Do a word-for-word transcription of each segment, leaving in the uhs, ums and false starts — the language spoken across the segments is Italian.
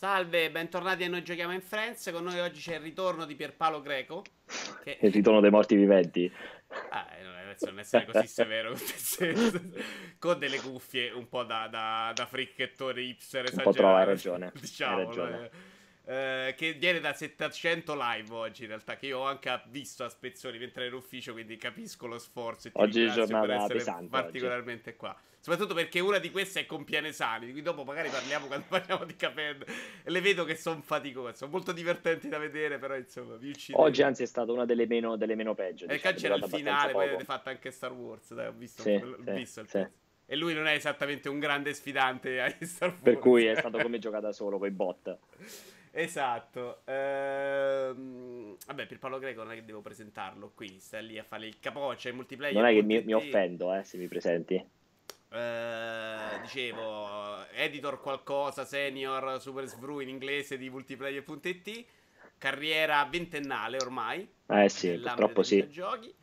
Salve, bentornati a Noi Giochiamo in Friends. Con noi oggi c'è il ritorno di Pierpaolo Greco. Che... Il ritorno dei morti viventi. Ah, eh, non è- non essere così severo con te stesso. Con delle cuffie un po' da, da, da fricchettone hipster Un po' troppo, hai esagerato, ragione, hai diciamolo. ragione. eh. Eh, che viene da settecento live oggi in realtà, che io ho anche visto a spezzoni mentre ero in ufficio, quindi capisco lo sforzo e ti Oggi è ringrazio per giornata essere pesante oggi. particolarmente qua. Soprattutto perché una di queste è con Pianesani, di cui dopo magari parliamo quando parliamo di Caped. E le vedo che sono faticose, sono molto divertenti da vedere, però insomma mi Oggi uccidete. anzi è stata una delle meno, delle meno peggio, E diciamo, è c'era il durata abbastanza finale, poi avete poco. fatto anche Star Wars, dai, ho visto, Sì, ho sì, visto il sì. pezzo. E lui non è esattamente un grande sfidante ai Star Per Wars. cui è stato come gioca da solo, con i bot. Esatto. Ehm, Vabbè, per Paolo Greco non è che devo presentarlo qui, sta lì a fare il capoccia, il Non è che mi, mi multiplayer.it. offendo, eh, se mi presenti. Eh, dicevo, editor qualcosa, senior, super svru in inglese di multiplayer.it. Carriera ventennale ormai, Eh sì, nell'ambito purtroppo dei sì. videogiochi.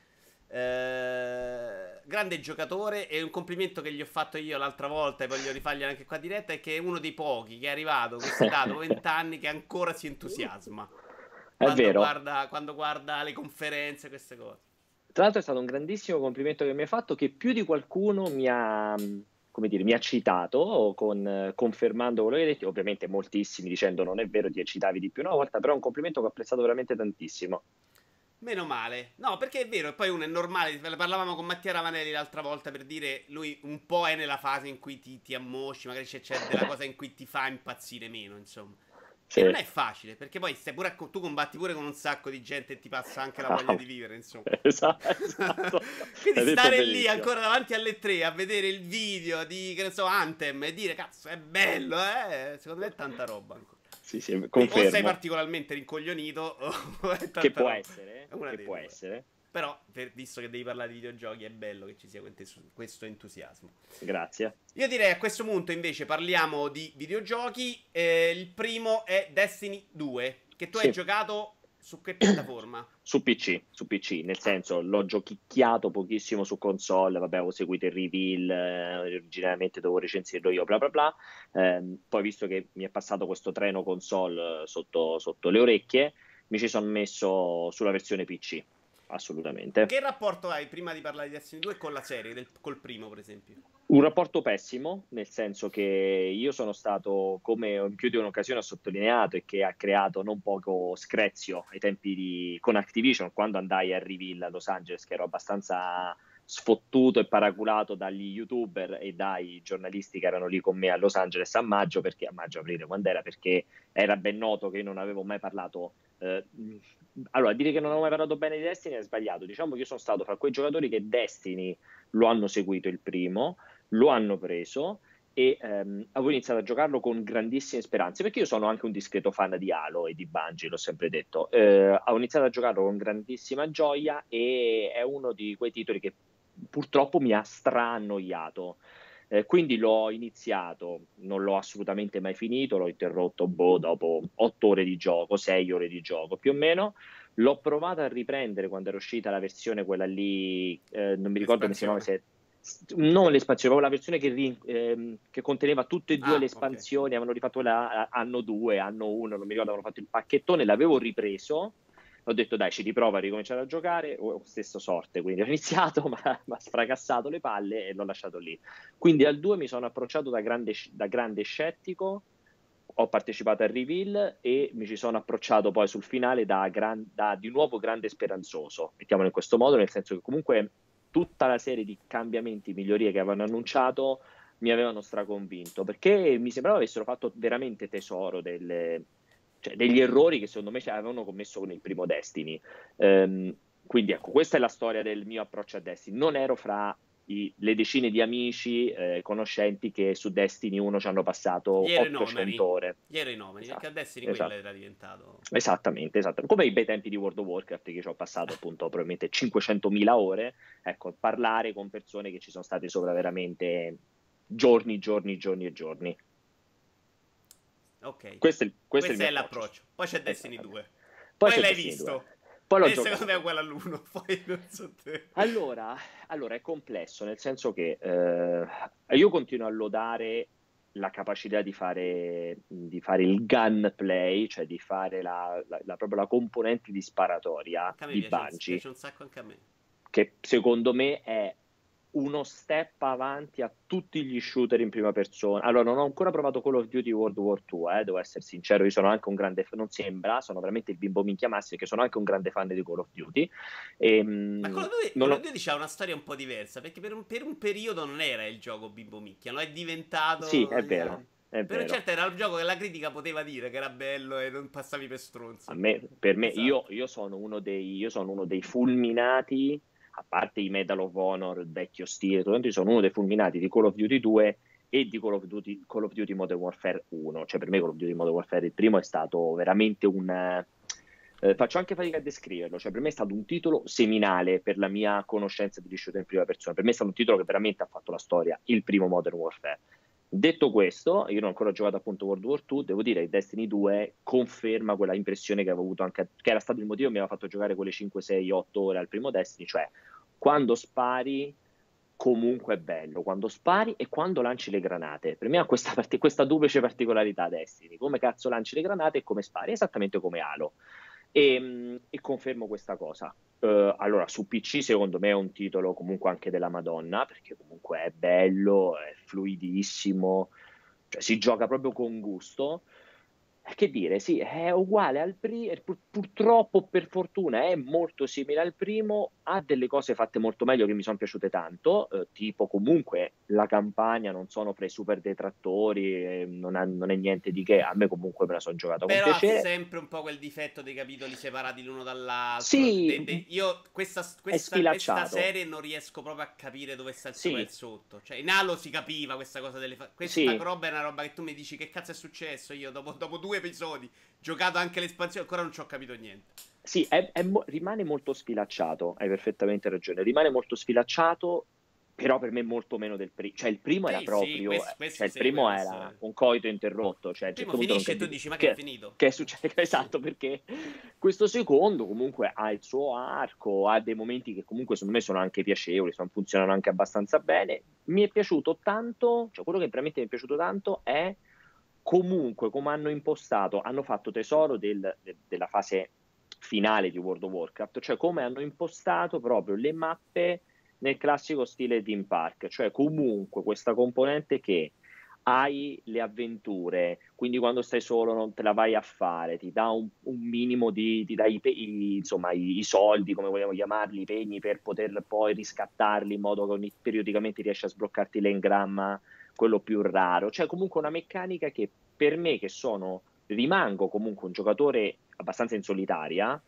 Eh, grande giocatore e un complimento che gli ho fatto io l'altra volta e voglio rifarglielo anche qua a diretta è che è uno dei pochi che è arrivato a questa età, dopo venti anni, che ancora si entusiasma È quando vero. guarda, quando guarda le conferenze, queste cose. Tra l'altro è stato un grandissimo complimento che mi hai fatto, che più di qualcuno mi ha, mh, come dire, mi ha citato, con, eh, confermando quello che hai detto, ovviamente moltissimi dicendo non è vero, ti citavi di più una volta, però è un complimento che ho apprezzato veramente tantissimo. Meno male. No, perché è vero, e poi uno è normale. Ne parlavamo con Mattia Ravanelli l'altra volta per dire lui un po' è nella fase in cui ti, ti ammosci, magari c'è, c'è della cosa in cui ti fa impazzire meno, insomma. E non Sì. è facile, perché poi stai pure a co- tu combatti pure con un sacco di gente e ti passa anche la voglia Ah, di vivere, insomma. esatto, esatto. Quindi Hai detto stare lì benissimo. ancora davanti alle tre a vedere il video di, che ne so, Anthem e dire cazzo è bello, eh? Secondo me è tanta roba ancora. Sì, sì, Quindi o sei confermo. particolarmente rincoglionito o è Che tanta può roba. essere, È una che dei può due. essere. Però, per- visto che devi parlare di videogiochi, è bello che ci sia questo questo entusiasmo. Grazie. Io direi a questo punto invece parliamo di videogiochi. Eh, il primo è Destiny due, che tu hai Sì. giocato su che piattaforma? Su P C, su P C, nel Ah, senso l'ho giochicchiato pochissimo su console, vabbè, avevo seguito il reveal, eh, originariamente dovevo recensirlo io, bla bla bla. Ehm, poi visto che mi è passato questo treno console eh, sotto, sotto le orecchie, mi ci sono messo sulla versione P C, assolutamente. che rapporto hai prima di parlare di Destiny due con la serie, del- col primo per esempio? Un rapporto pessimo, nel senso che io sono stato, come in più di un'occasione ho sottolineato, e che ha creato non poco screzio ai tempi di, con Activision, quando andai a reveal a Los Angeles, che ero abbastanza sfottuto e paraculato dagli YouTuber e dai giornalisti che erano lì con me a Los Angeles a maggio, perché a maggio, aprile, quando era, perché era ben noto che io non avevo mai parlato. Eh, allora, dire che non avevo mai parlato bene di Destiny è sbagliato. Diciamo che io sono stato fra quei giocatori che Destiny lo hanno seguito il primo, lo hanno preso e ehm, avevo iniziato a giocarlo con grandissime speranze, perché io sono anche un discreto fan di Halo e di Bungie, l'ho sempre detto. Eh, ho iniziato a giocarlo con grandissima gioia e è uno di quei titoli che purtroppo mi ha stra-annoiato. Eh, quindi l'ho iniziato, non l'ho assolutamente mai finito, l'ho interrotto boh, dopo otto ore di gioco, sei ore di gioco più o meno. L'ho provato a riprendere quando era uscita la versione, quella lì, eh, non mi ricordo come si chiamava, L'espansione. se non l'espansione, proprio la versione che, ri- ehm, che conteneva tutte e due le Ah, ok. espansioni, avevano rifatto la, anno due, anno uno, non mi ricordo, avevano fatto il pacchettone, l'avevo ripreso, ho detto dai, ci riprovo a ricominciare a giocare, ho stesso sorte, quindi ho iniziato, ma mi ha sfracassato le palle e l'ho lasciato lì. Quindi al due mi sono approcciato da grande, da grande scettico, ho partecipato al reveal e mi ci sono approcciato poi sul finale da, gran, da di nuovo grande speranzoso, mettiamolo in questo modo, nel senso che comunque tutta la serie di cambiamenti, migliorie che avevano annunciato mi avevano straconvinto, perché mi sembrava avessero fatto veramente tesoro delle, cioè, degli errori che secondo me ci avevano commesso con il primo Destiny. Um, quindi ecco, questa è la storia del mio approccio a Destiny. Non ero fra i, le decine di amici, eh, conoscenti che su Destiny uno ci hanno Gli passato ottocento eroinomani. ore. Gli eroinomani, perché Esatto, adesso di quello esatto. era diventato. Esattamente, esatto. Come i bei tempi di World of Warcraft che ci ho passato appunto probabilmente cinquecentomila ore, ecco, parlare con persone che ci sono state sopra veramente giorni, giorni, giorni e giorni. Ok. Questo è il, questo è il Questo mio è approccio. l'approccio. Poi c'è Destiny Esattamente. due. Poi Poi c'è l'hai Destiny due. visto. Poi l'ho E secondo me è giocato. uguale all'uno. Poi non so te. Allora, allora, è complesso, nel senso che eh, io continuo a lodare la capacità di fare, di fare il gunplay, cioè di fare la, la, la- proprio la componente di sparatoria Anche a me di piace un, Bungie, piace un sacco anche a me. che secondo me è uno step avanti a tutti gli shooter in prima persona. Allora, non ho ancora provato Call of Duty World War due, eh, devo essere sincero, io sono anche un grande, non sembra, sono veramente il bimbo minchia massimo, che sono anche un grande fan di Call of Duty. E, Ma Call mh, of Duty, non Call of ho- Duty c'ha una storia un po' diversa, perché per un, per un periodo non era il gioco Bimbo Micchia, lo è Sì, diventato è negli vero, anni. è Per un vero. certo era un gioco che la critica poteva dire che era bello e non passavi per A stronzo. me, per me, io, Esatto. io sono uno dei, io sono uno dei fulminati, a parte i Medal of Honor, il vecchio stile, tutto quanto, io sono uno dei fulminati di Call of Duty due e di Call of Duty, Call of Duty Modern Warfare uno. Cioè, per me Call of Duty Modern Warfare il primo è stato veramente un... eh, faccio anche fatica a descriverlo, cioè per me è stato un titolo seminale per la mia conoscenza di shooter in prima persona. Per me è stato un titolo che veramente ha fatto la storia, il primo Modern Warfare. Detto questo, io non ho ancora giocato appunto World War due, devo dire che Destiny due conferma quella impressione che avevo avuto anche, che era stato il motivo che mi aveva fatto giocare quelle cinque, sei, otto ore al primo Destiny, cioè quando spari comunque è bello, quando spari e quando lanci le granate. Per me ha questa, parti- questa duplice particolarità Destiny, come cazzo lanci le granate e come spari, esattamente come Halo. E, mh, e confermo questa cosa. Uh, allora, su P C secondo me è un titolo comunque anche della Madonna, perché comunque è bello, è fluidissimo, cioè si gioca proprio con gusto. Eh, Che dire, sì, è uguale al primo, pur- purtroppo per fortuna è molto simile al primo, ha delle cose fatte molto meglio che mi sono piaciute tanto, eh, tipo comunque la campagna, non sono fra i super detrattori, eh, non, ha- non è niente di che, a me comunque me la sono giocata con Però ha piacere. sempre un po' quel difetto dei capitoli separati l'uno dall'altro. Sì, De- de- io questa, è questa, questa sfilacciato. serie non riesco proprio a capire dove sta il sopra e il Sì, sotto. Cioè, in Halo si capiva questa cosa delle fa- questa sì, roba è una roba che tu mi dici che cazzo è successo. Io dopo, dopo due episodi, giocato anche l'espansione, ancora non ci ho capito niente. sì, è- è mo- rimane molto sfilacciato, hai perfettamente ragione, rimane molto sfilacciato, però per me molto meno del primo, cioè il primo era Sì, sì, proprio, questo, eh, questo cioè il segue la primo mia era storia. un coito interrotto, cioè a Il un primo certo punto non finisce e tu capivi dici, ma che è che, finito? che è successo, esatto, perché questo secondo comunque ha il suo arco, ha dei momenti che comunque secondo me sono anche piacevoli, sono- funzionano anche abbastanza bene, mi è piaciuto tanto, cioè quello che veramente mi è piaciuto tanto è comunque come hanno impostato, hanno fatto tesoro del- de- della fase finale di World of Warcraft, cioè come hanno impostato proprio le mappe nel classico stile Theme Park, cioè comunque questa componente che hai le avventure, quindi quando stai solo non te la vai a fare, ti dà un, un minimo di, ti dà i, pe- i- insomma, i, i soldi, come vogliamo chiamarli, i pegni per poter poi riscattarli in modo che ogni- periodicamente riesci a sbloccarti l'engramma, quello più raro, cioè comunque una meccanica che per me che sono, rimango comunque un giocatore abbastanza in solitaria,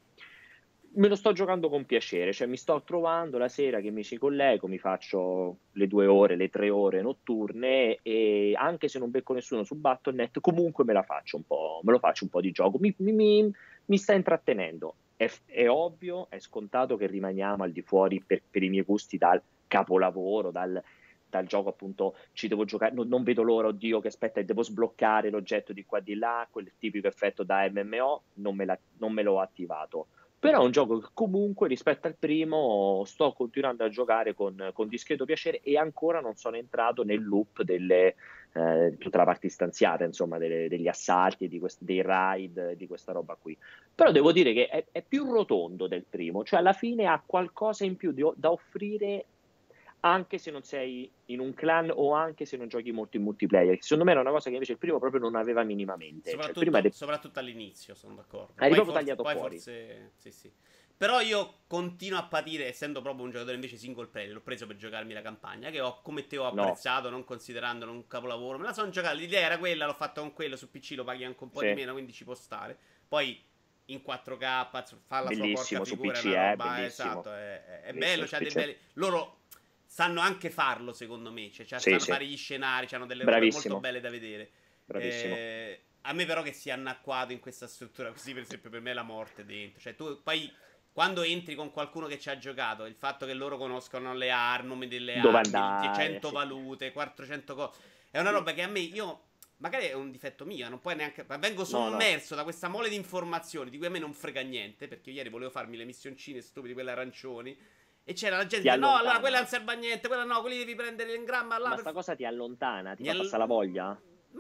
me lo sto giocando con piacere, cioè mi sto trovando la sera che mi ci collego, mi faccio le due ore, le tre ore notturne e anche se non becco nessuno su battle punto net, comunque me la faccio un po', me lo faccio un po' di gioco, mi, mi- mi- mi sta intrattenendo. È, è ovvio, è scontato che rimaniamo al di fuori per, per i miei gusti dal capolavoro, dal, dal gioco appunto ci devo giocare, non, non vedo l'ora, oddio che aspetta, e devo sbloccare l'oggetto di qua di là, quel tipico effetto da M M O, non me, la- non me l'ho attivato. Però è un gioco che comunque rispetto al primo sto continuando a giocare con, con discreto piacere e ancora non sono entrato nel loop delle, eh, tutta la parte istanziata, insomma, delle- degli assalti, di quest- dei raid, di questa roba qui. Però devo dire che è, è più rotondo del primo, cioè alla fine ha qualcosa in più di- da offrire anche se non sei in un clan o anche se non giochi molto in multiplayer. Secondo me era una cosa che invece il primo proprio non aveva minimamente. Cioè il primo Soprattutto, è, soprattutto all'inizio, sono d'accordo. eri Poi proprio forse, tagliato poi fuori. forse, sì, sì. Però io continuo a patire, essendo proprio un giocatore invece single player, l'ho preso per giocarmi la campagna, che ho, come te ho No, apprezzato, non considerandolo un capolavoro. Me la sono giocata, l'idea era quella, l'ho fatto con quello, su P C lo paghi anche un po' di sì, meno, quindi ci può stare. Poi in quattro K, fa la sua porca bellissimo su figura, è P C, una eh, roba, bellissimo. esatto, è, è- è bello, Bellissimo su c'ha dei P C. belli... Loro sanno anche farlo, secondo me, cioè, cioè, Sì, sanno sì, fare gli scenari, hanno delle robe molto bravissimo, belle da vedere. bravissimo. Eh, a me però che sia anacquato in questa struttura così, per esempio, per me è la morte dentro. Cioè, tu poi quando entri con qualcuno che ci ha giocato, il fatto che loro conoscono le armi, nomi delle Dove armi, andare? cento Sì, valute, quattrocento cose, è una sì. roba che a me, io, magari è un difetto mio, non puoi neanche, ma vengo No, no, sommerso da questa mole di informazioni di cui a me non frega niente, perché io ieri volevo farmi le missioncine stupide, quelle arancioni, e c'era la gente ti che diceva, no, allora quella allontana. non serve a niente, quella no, quelli devi prendere l'engramma là Ma per... sta cosa ti allontana, ti Mi fa all- passare la voglia?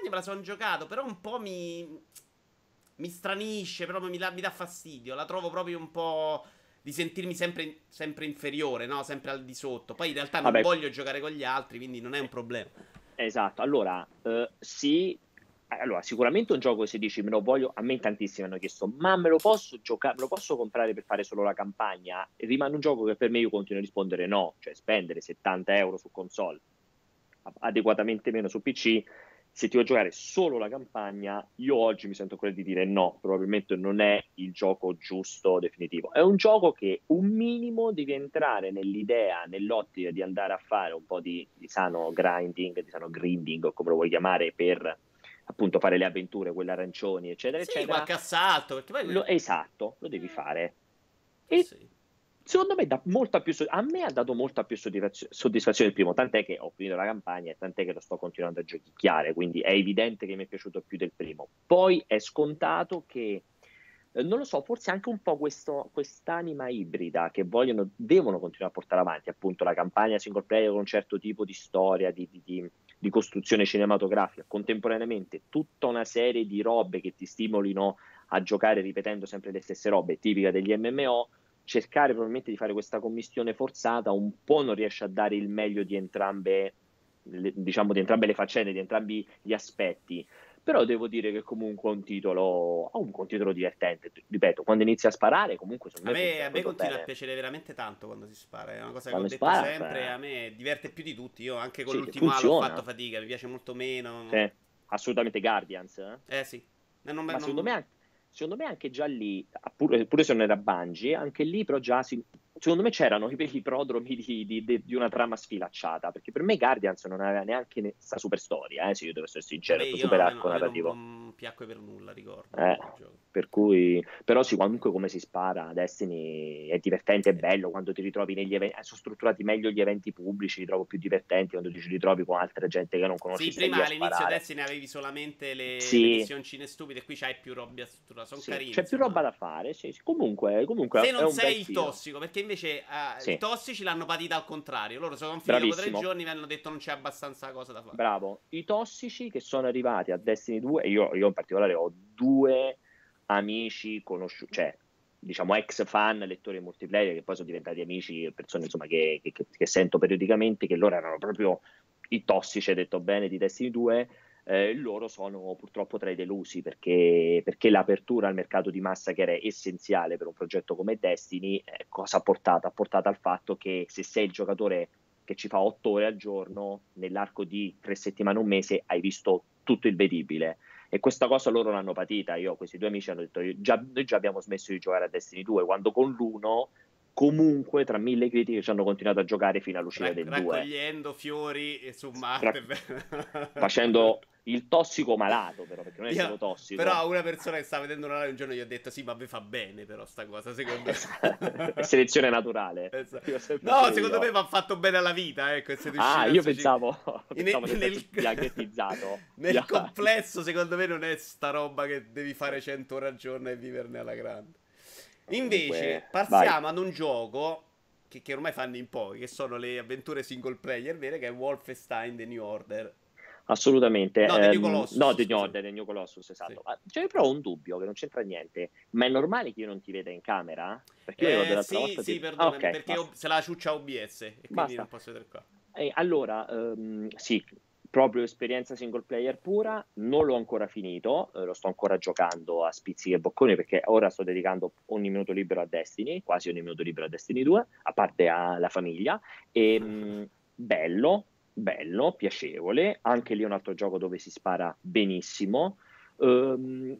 campagna me la sono giocato, però un po' mi... mi stranisce, proprio mi, la- mi dà fastidio. La trovo proprio un po' di sentirmi sempre, sempre inferiore, no? Sempre al di sotto. Poi in realtà non Vabbè, voglio giocare con gli altri, quindi non è un problema. esatto, allora, eh, sì, eh, allora, sicuramente un gioco se dici me lo voglio, a me tantissimi hanno chiesto, ma me lo posso giocare, me lo posso comprare per fare solo la campagna? E rimane un gioco che per me io continuo a rispondere no, cioè spendere settanta euro su console, a- adeguatamente meno su P C, se ti vuoi giocare solo la campagna, io oggi mi sento ancora di dire no, probabilmente non è il gioco giusto definitivo. È un gioco che un minimo devi entrare nell'idea, nell'ottica di andare a fare un po' di, di sano grinding, di sano grinding o come lo vuoi chiamare, per appunto fare le avventure, quelle arancioni, eccetera, Sì, eccetera. qualche assalto, perché Lo, poi... esatto, lo devi fare. Eh E sì. secondo me dà molta più, so- a me ha dato molta più soddisfazio- soddisfazione il primo, tant'è che ho finito la campagna e tant'è che lo sto continuando a giochicchiare, quindi è evidente che mi è piaciuto più del primo. Poi è scontato che, eh, non lo so, forse anche un po' questo, quest'anima ibrida che vogliono, devono continuare a portare avanti, appunto la campagna single player con un certo tipo di storia, di, di- di- di costruzione cinematografica, contemporaneamente tutta una serie di robe che ti stimolino a giocare ripetendo sempre le stesse robe, tipica degli M M O. Cercare probabilmente di fare questa commistione forzata un po' non riesce a dare il meglio di entrambe, le- diciamo, di entrambe le faccende, di entrambi gli aspetti. Però devo dire che comunque è un titolo, ha un, un titolo divertente. Ripeto, quando inizia a sparare, comunque secondo A me me, funziona a me proprio continua a bene. piacere veramente tanto quando si spara. È una cosa che ho Quando detto spara, sempre. A eh, me diverte più di tutti. Io anche con sì, l'ultimo Halo ho fatto funziona. fatica. Mi piace molto meno. Sì, assolutamente Guardians. Eh. Eh sì. Eh, non, me- Ma secondo me, non- an- secondo me anche già lì, pure, pure se non era Bungie, anche lì però già si- secondo me c'erano i i prodromi di, di- di- di una trama sfilacciata, perché per me Guardians non aveva neanche ne- sta super storia, eh, se io devo essere Vabbè, sincero, sto io super a me, arco a me non, narrativo. non piacque per nulla, ricordo Eh, quel gioco. per cui, però sì, comunque come si spara, Destiny è divertente, è Eh, bello quando ti ritrovi negli eventi, sono strutturati meglio gli eventi pubblici, li trovo più divertenti quando ti ci ritrovi con altra gente che non conosci, Sì, stai lì prima a all'inizio sparare. Destiny avevi solamente le, le Sì, missioncine stupide. Qui c'hai più robe a struttura. Sono sì, carini, c'è più roba insomma. da fare, sì, sì. Comunque, Se comunque è non un bel sei il tiro. tossico, perché invece eh, i Sì, tossici l'hanno patita al contrario. Loro sono finiti dopo tre bravissimo, giorni e mi hanno detto non c'è abbastanza cosa da fare. bravo. I tossici che sono arrivati a Destiny due, e io, io in particolare ho due amici conosciuti, cioè, diciamo, ex fan, lettori multiplayer, che poi sono diventati amici, persone, insomma, che, che- che- che sento periodicamente, che loro erano proprio i tossici, hai detto bene, di Destiny due. Eh, loro sono purtroppo tra i delusi perché, perché l'apertura al mercato di massa che era essenziale per un progetto come Destiny, eh, cosa ha portato? Ha portato al fatto che se sei il giocatore che ci fa otto ore al giorno, nell'arco di tre settimane, un mese, hai visto tutto il vedibile. E questa cosa loro l'hanno patita. Io, questi due amici hanno detto: io già, noi già abbiamo smesso di giocare a Destiny due, quando con l'uno, comunque, tra mille critiche, ci hanno continuato a giocare fino all'uscita Rac- del due, raccogliendo fiori e su Ra- Marte. facendo il tossico malato, però, perché non è solo Io, tossico. però una persona che stava vedendo una live un giorno gli ho detto sì, ma vi fa bene però sta cosa, secondo È me. selezione naturale, Esa- dico sempre No, pure secondo me io. mi ha fatto bene alla vita, ecco, se Ah, riuscire a io suicidare. pensavo, Nel, pensavo nel senso nel- diagnettizzato. nel Via. complesso, secondo me, non è sta roba che devi fare cento ore al giorno e viverne alla grande. Comunque, Invece, vai. passiamo ad un gioco che, che ormai fanno in pochi, che sono le avventure single player vere, che è Wolfenstein The New Order. Assolutamente. No, The New Ehm, no, Colossus, The New scusami. Order, The New Colossus, Sì. esatto. Ma c'è però un dubbio che non c'entra niente. Ma è normale che io non ti veda in camera? Perché io mi ricordo Eh, l'altra sì, volta sì, ti... Ah, perdonami, ok, perché ho- basta. se la ciuccia O B S e quindi non Basta. posso vedere qua. E allora, ehm, sì, proprio esperienza single player pura, non l'ho ancora finito, eh, lo sto ancora giocando a spizzichi e bocconi perché ora sto dedicando ogni minuto libero a Destiny, quasi ogni minuto libero a Destiny due, a parte alla famiglia. E, mh, bello, bello, piacevole, anche lì è un altro gioco dove si spara benissimo. Ehm,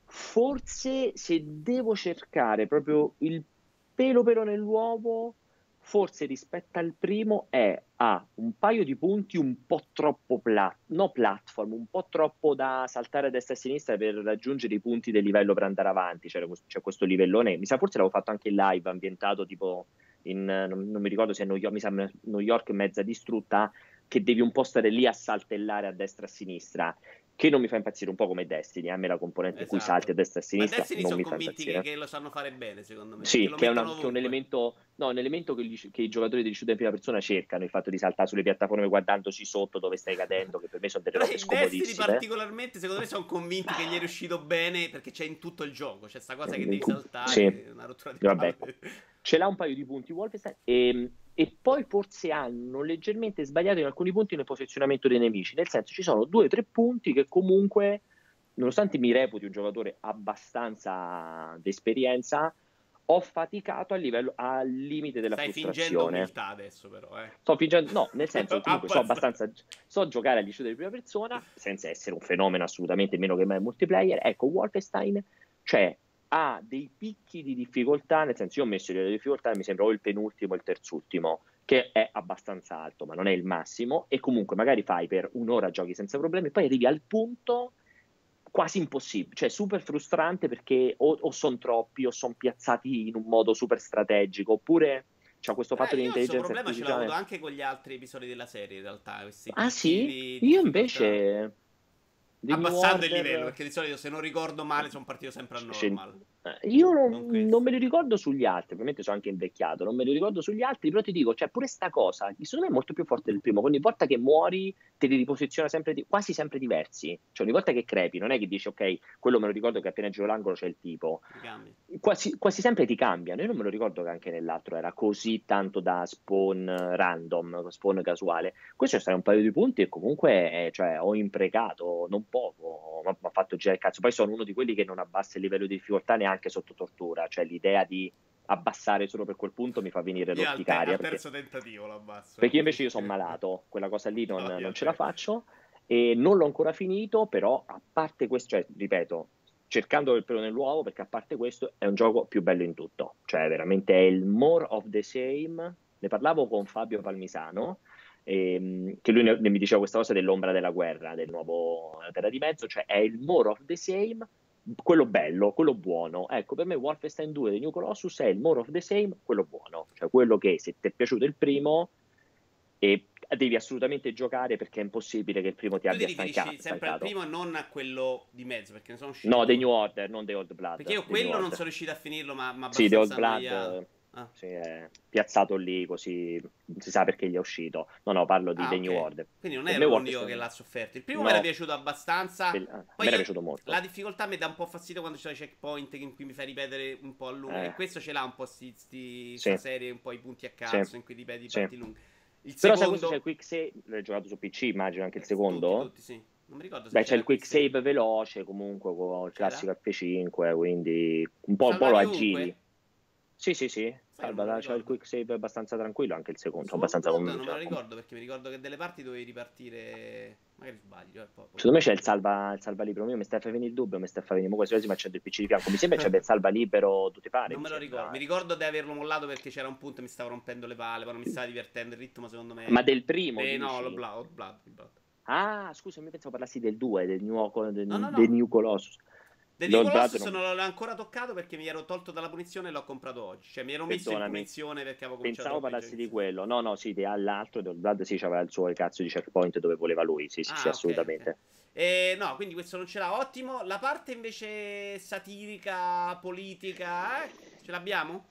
forse se devo cercare proprio il pelo pelo nell'uovo, forse rispetto al primo è a un paio di punti un po' troppo plat- no platform, un po' troppo da saltare a destra e a sinistra per raggiungere i punti del livello per andare avanti. C'era questo, c'è questo livellone, mi sa forse l'avevo fatto anche in live, ambientato tipo in, non, non mi ricordo se è New York, mi sa New York mezza distrutta, che devi un po' stare lì a saltellare a destra e a sinistra. che non mi fa impazzire, un po' come Destiny. A me la componente in cui salti Esatto. a destra e a Ma sinistra Destiny non sono mi fa convinti che, impazzire. che lo sanno fare bene, secondo me, perché Sì, lo che è, una- mettono che è un ovunque. elemento, no, un elemento che, gli- che i giocatori di shooter in prima persona cercano, il fatto di saltare sulle piattaforme guardandosi sotto dove stai cadendo, che per me sono delle Però robe in Destiny scomodissime. particolarmente, secondo me, sono convinti che gli è riuscito bene perché c'è in tutto il gioco. C'è sta cosa che devi Sì, saltare, è una rottura di vabbè, palle. ecco. Ce l'ha un paio di punti Wolfenstein e, e poi forse hanno leggermente sbagliato in alcuni punti nel posizionamento dei nemici, nel senso ci sono due o tre punti che comunque, nonostante mi reputi un giocatore abbastanza d'esperienza, ho faticato a livello, al limite della Stai fingendo frustrazione. umiltà adesso, però, eh. Sto fingendo, no, nel senso comunque so Abbassa. abbastanza, so giocare agli shooter di prima persona senza essere un fenomeno assolutamente, meno che mai multiplayer. Ecco, Wolfenstein, cioè, ha dei picchi di difficoltà, nel senso io ho messo le difficoltà, mi sembra o il penultimo o il terzultimo, che è abbastanza alto, ma non è il massimo, e comunque magari fai per un'ora giochi senza problemi, poi arrivi al punto quasi impossibile, cioè super frustrante perché o, o sono troppi o sono piazzati in un modo super strategico, oppure c'è questo fatto Eh, di io questo intelligenza problema ce l'ho avuto artificiale. anche con gli altri episodi della serie, in realtà, questi Ah picchi sì? di Io difficoltà. invece The New Abbassando il livello, Order perché di solito se non ricordo male sono partito sempre a Scen- normal. eh, io Non non, non questo. me li ricordo sugli altri, ovviamente sono anche invecchiato, non me li ricordo sugli altri, però ti dico, cioè pure sta cosa, secondo me è molto più forte del primo, ogni volta che muori te li riposiziona sempre di- quasi sempre diversi, cioè ogni volta che crepi non è che dici ok, quello me lo ricordo che appena giro l'angolo c'è il tipo, Ricambi. quasi, quasi sempre ti cambiano, io non me lo ricordo che anche nell'altro era così tanto da spawn eh, random, spawn casuale, questo è un paio di punti e comunque eh, cioè, ho imprecato non poco, mi ha fatto girare il cazzo. Poi sono uno di quelli che non abbassa il livello di difficoltà neanche sotto tortura, cioè l'idea di abbassare solo per quel punto mi fa venire Io al, te- l'orticaria, al perché, terzo tentativo lo abbasso, perché eh. invece io sono malato, quella cosa lì non, No, io non al ce la terzo. faccio e non l'ho ancora finito, però a parte questo, cioè, ripeto, cercando il pelo nell'uovo, perché a parte questo è un gioco più bello in tutto, cioè veramente è il more of the same. Ne parlavo con Fabio Palmisano, ehm, che lui ne, ne mi diceva questa cosa dell'ombra della guerra, del nuovo Terra di Mezzo, cioè è il more of the same, quello bello, quello buono. Ecco, per me Wolfenstein due di New Colossus è il more of the same, quello buono, cioè quello che se ti è piaciuto il primo e devi assolutamente giocare perché è impossibile che il primo ti Tu ti abbia stanca- riferisci sempre al stancato. primo e non a quello di mezzo, perché ne sono usciti No, The New due. Order, non The Old Perché Blood, io The New quello non Order. sono riuscito a finirlo, ma mi ha Sì, The Old abbastanza Blood, annoiato. eh, Ah. sì, è piazzato lì così non si sa perché gli è uscito. No, no, parlo di Ah, The New ok. Order. Quindi non Per me ero l'unico che Wolfenstein l'ha sofferto. Il primo mi era no, piaciuto abbastanza. Be- a me Poi era io, piaciuto la molto. difficoltà mi dà un po' fastidio quando ci sono i checkpoint in cui mi fai ripetere un po' a lungo. Eh, E questo ce l'ha un po' sti, sti- sta sì, serie, un po' i punti a sì, cazzo in cui ripeti i sì. parti lunghi. Il Però sai questo c'è il secondo, quick save, l'hai giocato su P C, immagino anche il eh, tutti, secondo? tutti, sì. Non mi ricordo se Beh, c'è c'era il il quick quick save. save veloce comunque con il C'era? classico F cinque, quindi un po', un po' lo Salvavi aggiri. ovunque? Sì, sì, sì, Sai che non me lo salva, c'è il ricordo. quick save abbastanza tranquillo, anche il secondo, Su Old abbastanza Blood com- non me cioè, lo com- ricordo perché mi ricordo che delle parti dovevi ripartire. Magari sbaglio, eh, poi, poi Secondo me c'è vediamo. il salva, il salva libero mio, mi stai a venire il dubbio, mi stai a far venire mo quasi quasi mi accendo il P C di fianco. Mi sembra che c'è il salva libero, tu ti pare, Non mi me lo ricordo. sembra. Mi ricordo di averlo mollato perché c'era un punto e mi stavo rompendo le palle. Poi non mi stava divertendo. Il ritmo, secondo Ma me. del primo De, no, lo dici? Blood, Old Blood, Old Blood. Ah, scusa, mi pensavo parlassi del due, del New, No, no, del, del no. New Colossus. The New L'Old Blood Colossus non... non l'ho ancora toccato perché mi ero tolto dalla punizione e l'ho comprato oggi. Cioè, mi ero messo in Perdonami, punizione perché avevo cominciato pensavo troppo i giochi parlassi di insieme. quello. No, no, sì, di- all'altro, del Blood sì, c'aveva il suo cazzo di checkpoint dove voleva lui, sì, sì, sì, Ah, ok, ok. assolutamente. E, no, quindi questo non ce l'ha. Ottimo. La parte invece satirica, politica, eh? Ce l'abbiamo?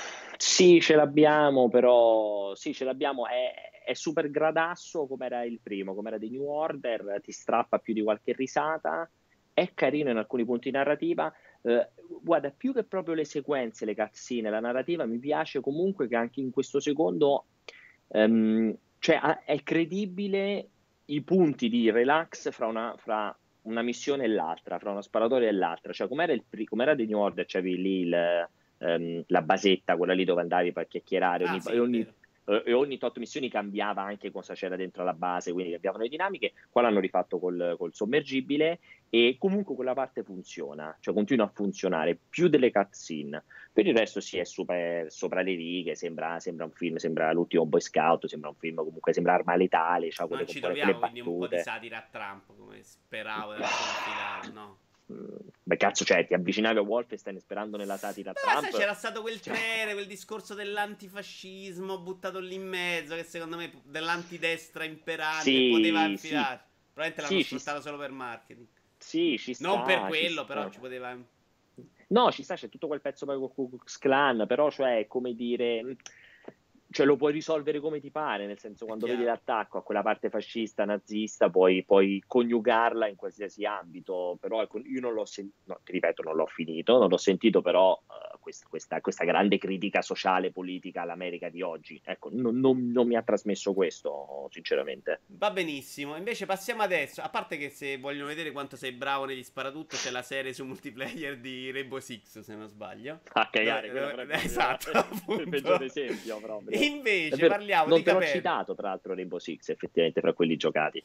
Sì, ce l'abbiamo, però sì, ce l'abbiamo, è, è super gradasso come era il primo, come era di New Order, ti strappa più di qualche risata, è carino in alcuni punti narrativa. Eh, guarda, più che proprio le sequenze, le cutscene, la narrativa, mi piace comunque che anche in questo secondo, ehm, cioè, ha- è credibile i punti di relax fra una, fra una missione e l'altra, fra una sparatoria e l'altra, cioè com'era, il, pri- com'era di New Order, c'avevi lì il ehm, la basetta, quella lì dove andavi per chiacchierare, Ah, ogni, e sì, ogni, vero. e ogni tot missioni cambiava anche cosa c'era dentro la base, quindi cambiavano le dinamiche. Qua l'hanno rifatto col, col sommergibile e comunque quella parte funziona, cioè continua a funzionare più delle cutscene. Per il resto si è super, sopra le righe, sembra, sembra un film, sembra l'ultimo Boy Scout, sembra un film comunque, sembra Arma Letale, c'ha quelle, Non ci compone- quelle troviamo quindi un po' di battute. satira a Trump, come speravo di averci infilato, no? Mm, Beh, cazzo, cioè, ti avvicinavi a Wolfenstein sperando nella satira a Però sai, Trump. c'era stato quel Cioè, trailer, quel discorso dell'antifascismo buttato lì in mezzo, che secondo me dell'antidestra imperante poteva sì, sì, infilare. Il Probabilmente l'hanno Sì, ci, sfruttato solo per marketing. sì, ci Non per sta, ci quello, però sta. ci poteva... No, ci sta, c'è tutto quel pezzo poi con Ku Klux Klan, però cioè, come dire, cioè lo puoi risolvere come ti pare, nel senso È quando vedi chiaro. l'attacco a quella parte fascista, nazista, puoi, puoi coniugarla in qualsiasi ambito, però ecco, io non l'ho sentito, no, ti ripeto, non l'ho finito, non l'ho sentito, però eh, questa, questa- questa grande critica sociale, politica all'America di oggi, ecco, non, non- non mi ha trasmesso questo, sinceramente. Va benissimo. Invece passiamo adesso. A parte che se vogliono vedere quanto sei bravo negli sparatutto, c'è la serie su multiplayer di Rainbow Six, se non sbaglio. A cagare, Dove, quello dove- sarebbe proprio esatto, il peggior appunto. esempio proprio. È Invece vero, parliamo di non te l'ho Cuphead. citato, tra l'altro, Rainbow Six, effettivamente, fra quelli giocati.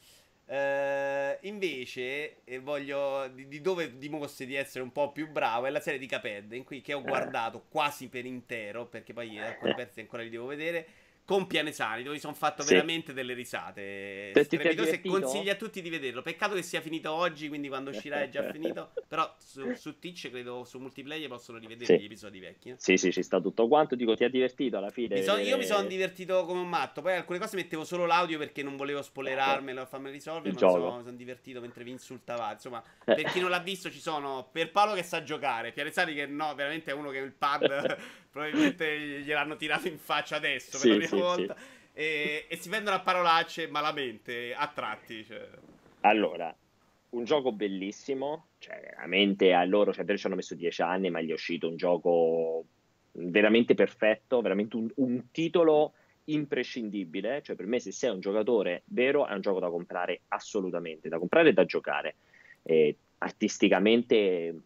Eh, invece, eh, voglio di, di dove dimostri di essere un po' più bravo è la serie di Cuphead, in cui che ho Eh. guardato quasi per intero, perché poi alcuni pezzi ancora li devo vedere. Con Pianesani, dove mi sono fatto Sì. veramente delle risate Te- ti, ti ha strepitose. E divertito? consiglio a tutti di vederlo. Peccato che sia finito oggi, quindi quando uscirà è già finito. Però su, su Twitch, credo su multiplayer possono rivedere Sì. gli episodi vecchi. eh. Sì, sì, ci sta tutto quanto. Dico, ti ha divertito alla fine Mi son- io mi sono vedere divertito come un matto. Poi alcune cose mettevo solo l'audio perché non volevo spoilerarmelo e farmelo risolvere. il Ma mi sono gioco? son divertito mentre vi insultavate. Insomma, Eh. per chi non l'ha visto, ci sono per Paolo che sa giocare. Piarezzani che no, veramente è uno che il pad probabilmente gliel'hanno tirato in faccia adesso per la Sì, prima sì, sì. volta. E, e si vendono a parolacce malamente, a tratti. Cioè. Allora, un gioco bellissimo, cioè veramente a loro, cioè per ci hanno messo dieci anni, ma gli è uscito un gioco veramente perfetto, veramente un, un titolo imprescindibile, cioè per me se sei un giocatore vero è un gioco da comprare assolutamente, da comprare e da giocare. E artisticamente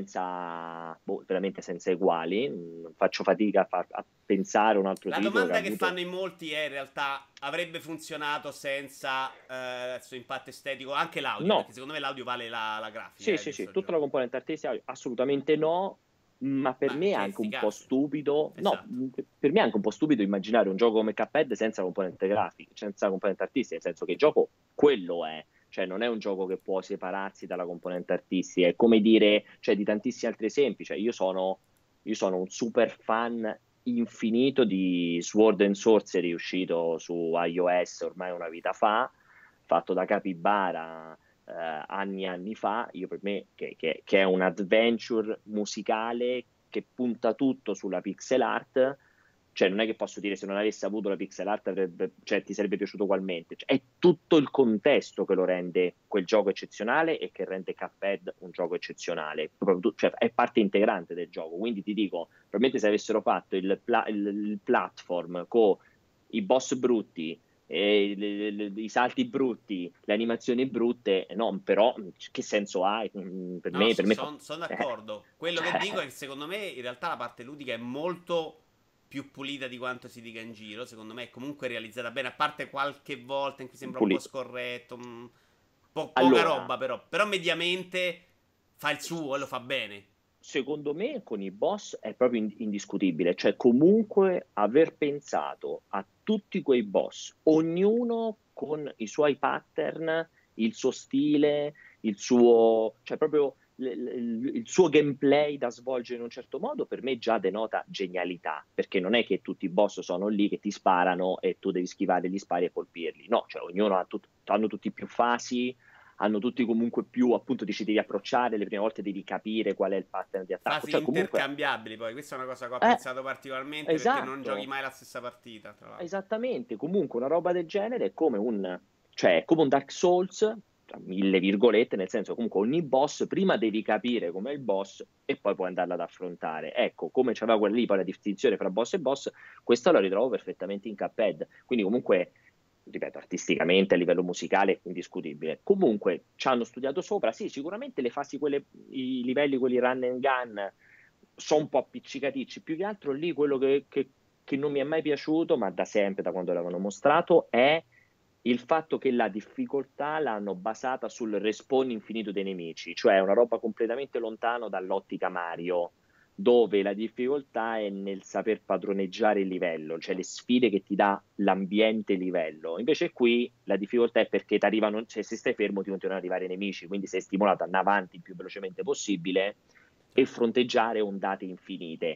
senza, boh, veramente senza eguali, mm, faccio fatica a, fa- a pensare a un altro La titolo che ha domanda che avuto... fanno in molti è in realtà avrebbe funzionato senza eh, il suo impatto estetico anche l'audio, perché No, secondo me l'audio vale la, la sì, grafica eh, sì, di sì, sto tutta gioco. la componente artistica assolutamente no, ma per Ma me è che è anche un po' efficace. stupido, no, Esatto. per me è anche un po' stupido immaginare un gioco come Cuphead senza componente grafica, senza componente artistica, nel senso che il gioco quello è, cioè non è un gioco che può separarsi dalla componente artistica, è come dire, cioè di tantissimi altri esempi, cioè io sono, io sono un super fan infinito di Sword and Sorcery uscito su iOS ormai una vita fa, fatto da Capybara eh, anni e anni fa, io per me che, che- che è un adventure musicale che punta tutto sulla pixel art, cioè non è che posso dire se non avesse avuto la pixel art avrebbe, cioè, ti sarebbe piaciuto ugualmente, cioè, è tutto il contesto che lo rende quel gioco eccezionale e che rende Cuphead un gioco eccezionale, proprio tu- cioè, è parte integrante del gioco, quindi ti dico, probabilmente se avessero fatto il, pla- il- il platform con i boss brutti, e le- le- le- i salti brutti, le animazioni brutte, no, però che senso ha? Mm, Per No, me, per me fa... sono eh, d'accordo. Quello che dico è cioè, che secondo me in realtà la parte ludica è molto più pulita di quanto si dica in giro. Secondo me è comunque realizzata bene, a parte qualche volta in cui sembra un po' pulito. scorretto, mh, po- poca Allora, roba però. Però mediamente fa il suo e lo fa bene. secondo me con i boss è proprio in- indiscutibile, cioè comunque aver pensato a tutti quei boss, ognuno con i suoi pattern, il suo stile, il suo, cioè proprio l- l- il suo gameplay da svolgere in un certo modo, per me già denota genialità, perché non è che tutti i boss sono lì che ti sparano e tu devi schivare gli spari e colpirli, no, cioè ognuno ha tut- hanno tutti più fasi, hanno tutti comunque più, appunto, ti ci devi approcciare, le prime volte devi capire qual è il pattern di attacco, Fasi cioè comunque, intercambiabili poi. Questa è una cosa che ho eh, apprezzato particolarmente perché non giochi esatto, mai la stessa partita, tra l'altro. esattamente, comunque una roba del genere è come un, cioè, è come un Dark Souls, tra mille virgolette, nel senso comunque ogni boss prima devi capire com'è il boss e poi puoi andarlo ad affrontare. Ecco, come c'aveva quella lì poi la distinzione fra boss e boss, questo lo ritrovo perfettamente in Cuphead, quindi comunque ripeto, artisticamente, a livello musicale, indiscutibile. Comunque ci hanno studiato sopra, sì, sicuramente le fasi, quelle, i livelli, quelli run and gun, sono un po' appiccicaticci, più che altro lì quello che, che, che non mi è mai piaciuto, ma da sempre, da quando l'avevano mostrato, è il fatto che la difficoltà l'hanno basata sul respawn infinito dei nemici, cioè una roba completamente lontano dall'ottica Mario, dove la difficoltà è nel saper padroneggiare il livello, cioè le sfide che ti dà l'ambiente livello. Invece qui la difficoltà è perché ti arrivano, cioè se stai fermo ti continuano ad arrivare i nemici, quindi sei stimolato ad andare avanti il più velocemente possibile e Certo. fronteggiare ondate infinite.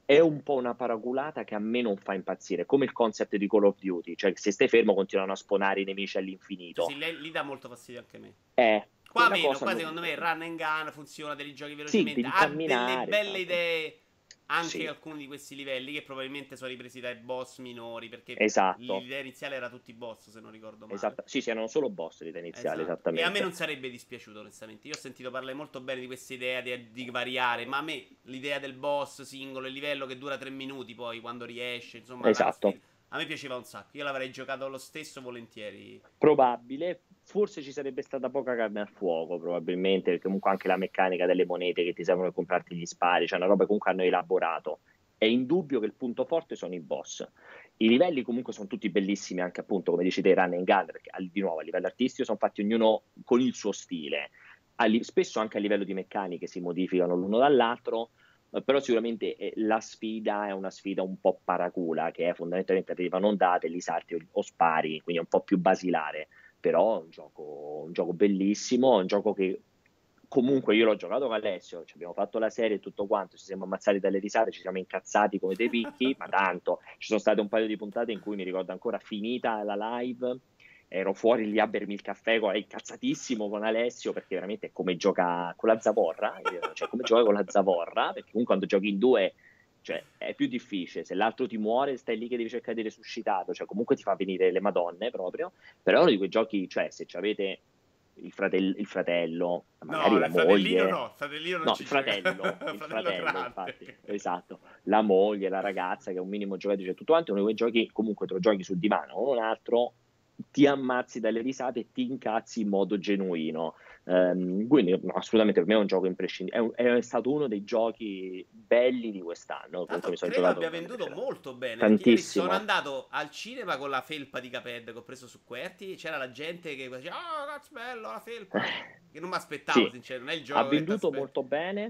è un po' una paraculata che a me non fa impazzire, come il concept di Call of Duty, cioè se stai fermo continuano a spawnare i nemici Sì, all'infinito. sì, lei, lì dà molto fastidio anche a me. Eh, Qua quella meno, cosa qua non... secondo me il run and gun funziona, te li giochi Sì, velocemente. devi Ha delle camminare, belle esatto. idee anche Sì, alcuni di questi livelli che probabilmente sono ripresi dai boss minori, perché esatto, l'idea iniziale era tutti boss, se non ricordo male. esatto. Sì, sì, erano solo boss l'idea iniziale, Esatto. E a me non esattamente. sarebbe dispiaciuto, onestamente. Io ho sentito parlare molto bene di questa idea di, di variare, ma a me l'idea del boss singolo, il livello che dura tre minuti poi quando riesce, insomma, la Esatto. sfida, a me piaceva un sacco. Io l'avrei giocato lo stesso volentieri. Probabile, forse ci sarebbe stata poca carne al fuoco, probabilmente, perché comunque anche la meccanica delle monete che ti servono per comprarti gli spari, cioè una roba che comunque hanno elaborato. È indubbio che il punto forte sono i boss. I livelli comunque sono tutti bellissimi, anche appunto, come dici te, Run and Gun, perché di nuovo a livello artistico sono fatti ognuno con il suo stile. A li- spesso anche a livello di meccaniche si modificano l'uno dall'altro, eh, però sicuramente eh, la sfida è una sfida un po' paracula, che è fondamentalmente arrivano ondate, li salti o, o spari, quindi è un po' più basilare, però è un gioco, un gioco bellissimo, è un gioco che comunque io l'ho giocato con Alessio, ci abbiamo fatto la serie e tutto quanto, ci siamo ammazzati dalle risate, ci siamo incazzati come dei picchi, ma tanto, ci sono state un paio di puntate in cui mi ricordo ancora finita la live, ero fuori lì a bermi il caffè, co- incazzatissimo con Alessio, perché veramente è come gioca con la zavorra, eh, cioè come gioca con la zavorra, perché comunque quando giochi in due, cioè, è più difficile, se l'altro ti muore stai lì che devi cercare di resuscitarlo, cioè comunque ti fa venire le madonne proprio, però è uno di quei giochi, cioè se avete il, fratel- il fratello, magari No, la il fratellino moglie, no, il fratellino non no, il ci gioca. fratello, il Fratello fratello, grande. infatti, esatto, la moglie, la ragazza che è un minimo giocatrice e tutto quanto, è uno di quei giochi comunque te lo giochi sul divano o un altro, ti ammazzi dalle risate e ti incazzi in modo genuino. Um, quindi no, assolutamente per me è un gioco imprescindibile, è, un, è, stato uno dei giochi belli di quest'anno, Tra comunque mi l'altro, sono credo giocato abbia con grande venduto piacere. molto bene. Perché ieri sono Tantissimo. andato al cinema con la felpa di Cuphead che ho preso su Qwerty. C'era la gente che diceva: Oh, cazzo, bello la felpa. Che non mi aspettavo, Sì, sinceramente. Non è il ha gioco che ti venduto aspetti. molto bene,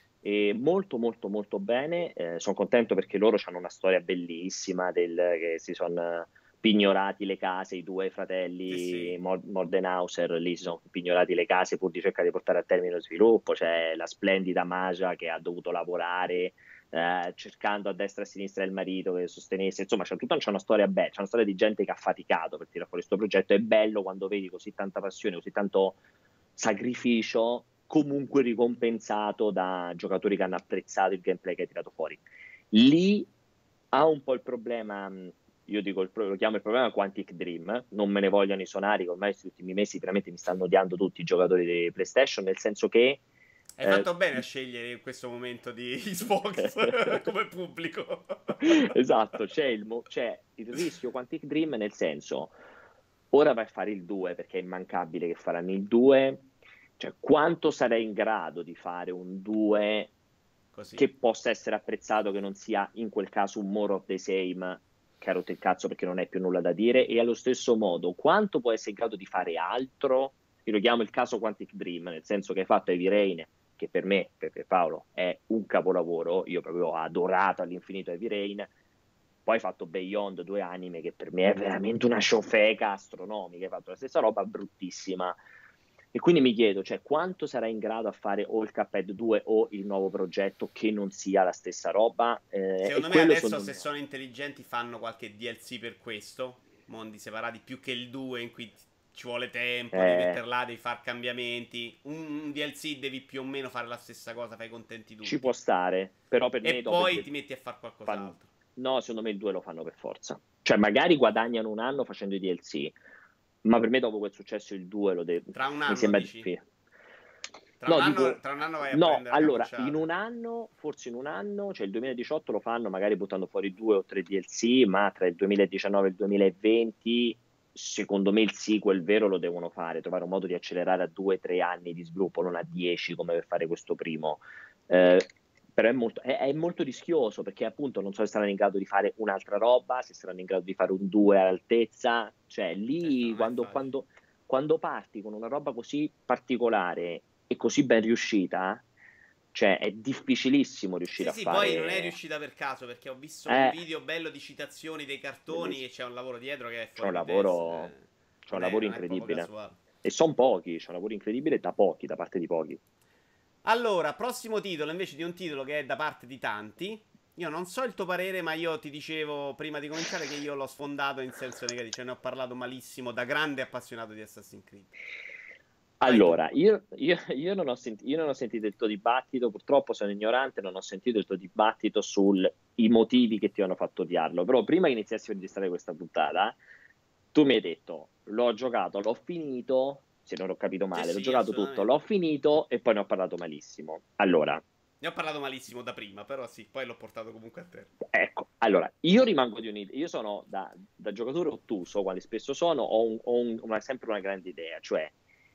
e molto molto molto bene. Eh, sono contento perché loro hanno una storia bellissima del, che si sono pignorati le case, i due Sì, fratelli sì. Mor- Mordenhauser, lì si sono pignorati le case pur di cercare di portare a termine lo sviluppo. C'è la splendida Maja che ha dovuto lavorare eh, cercando a destra e a sinistra il marito che sostenesse, insomma c'è tutta c'è una storia bella, c'è una storia di gente che ha faticato per tirare fuori questo progetto. È bello quando vedi così tanta passione, così tanto sacrificio comunque ricompensato da giocatori che hanno apprezzato il gameplay che hai tirato fuori. Lì ha un po' il problema, io dico, il, lo chiamo il problema Quantic Dream, non me ne vogliono i sonari, che ormai questi ultimi mesi veramente mi stanno odiando tutti i giocatori di PlayStation, nel senso che Hai eh, fatto bene a scegliere in questo momento di Xbox come pubblico. esatto, c'è il, mo- c'è il rischio Quantic Dream nel senso, ora vai a fare il due perché è immancabile che faranno il due, cioè quanto sarei in grado di fare un due Così. che possa essere apprezzato, che non sia in quel caso un more of the same, che ha rotto il cazzo perché non hai più nulla da dire, e allo stesso modo quanto può essere in grado di fare altro, io lo chiamo il caso Quantic Dream, nel senso che hai fatto Heavy Rain, che per me, per, per Paolo, è un capolavoro, io proprio ho adorato all'infinito Heavy Rain, poi hai fatto Beyond, due anime che per me è veramente una ciofeca astronomica, hai fatto la stessa roba bruttissima. E quindi mi chiedo, cioè, quanto sarà in grado a fare o il Cuphead due o il nuovo progetto che non sia la stessa roba? Eh, e Secondo me quello adesso secondo se me... sono intelligenti fanno qualche D L C per questo. Mondi separati più che il due in cui ci vuole tempo, devi Eh, mettere là, devi fare cambiamenti. Un, un D L C devi più o meno fare la stessa cosa, fai contenti ci può tutti. stare, però per E me dopo il poi due ti metti a fare fanno... qualcos'altro. No, secondo me il due lo fanno per forza. Cioè, magari guadagnano un anno facendo i D L C, ma per me dopo quel successo il due lo deve... Tra un mi anno sembra dici? difficile. Tra un No, anno, dico, tra un anno vai a no, prendere la allora, in capocciata. un anno, forse in un anno, cioè il duemiladiciotto lo fanno magari buttando fuori due o tre D L C, ma tra il duemiladiciannove e il duemilaventi, secondo me il sequel vero lo devono fare, trovare un modo di accelerare a due o tre anni di sviluppo, non a dieci come per fare questo primo. Eh, però è molto, è, è molto rischioso perché appunto non so se saranno in grado di fare un'altra roba, se saranno in grado di fare un due all'altezza, cioè Certo, lì non è quando, facile. quando quando parti con una roba così particolare e così ben riuscita, cioè è difficilissimo riuscire Sì, a sì, poi non è fare... riuscita per caso perché ho visto un Eh, video bello di citazioni dei cartoni e bellissimo. c'è un lavoro dietro che è C'è fuori un di testa. lavoro, eh. c'è un Non è, lavoro non è proprio incredibile. casuale. E sono pochi, c'è un lavoro incredibile da pochi, da parte di pochi. Allora, prossimo titolo invece di un titolo che è da parte di tanti. Io non so il tuo parere, ma io ti dicevo prima di cominciare che io l'ho sfondato in senso negativo, cioè ne ho parlato malissimo da grande appassionato di Assassin's Creed. Vai tu. Allora, io, io- io non ho senti- io non ho sentito il tuo dibattito, purtroppo sono ignorante, non ho sentito il tuo dibattito sui motivi che ti hanno fatto odiarlo, però prima che iniziassi a registrare questa puntata, tu mi hai detto, l'ho giocato, l'ho finito, se non ho capito Sì, male, l'ho sì, giocato tutto, assolutamente. l'ho finito e poi ne ho parlato malissimo. Allora, Ne ho parlato malissimo da prima, però sì, poi l'ho portato comunque a terra. ecco, allora, io rimango di un'idea, io sono da, da giocatore ottuso, quale spesso sono, ho, un- ho un- una- sempre una grande idea, cioè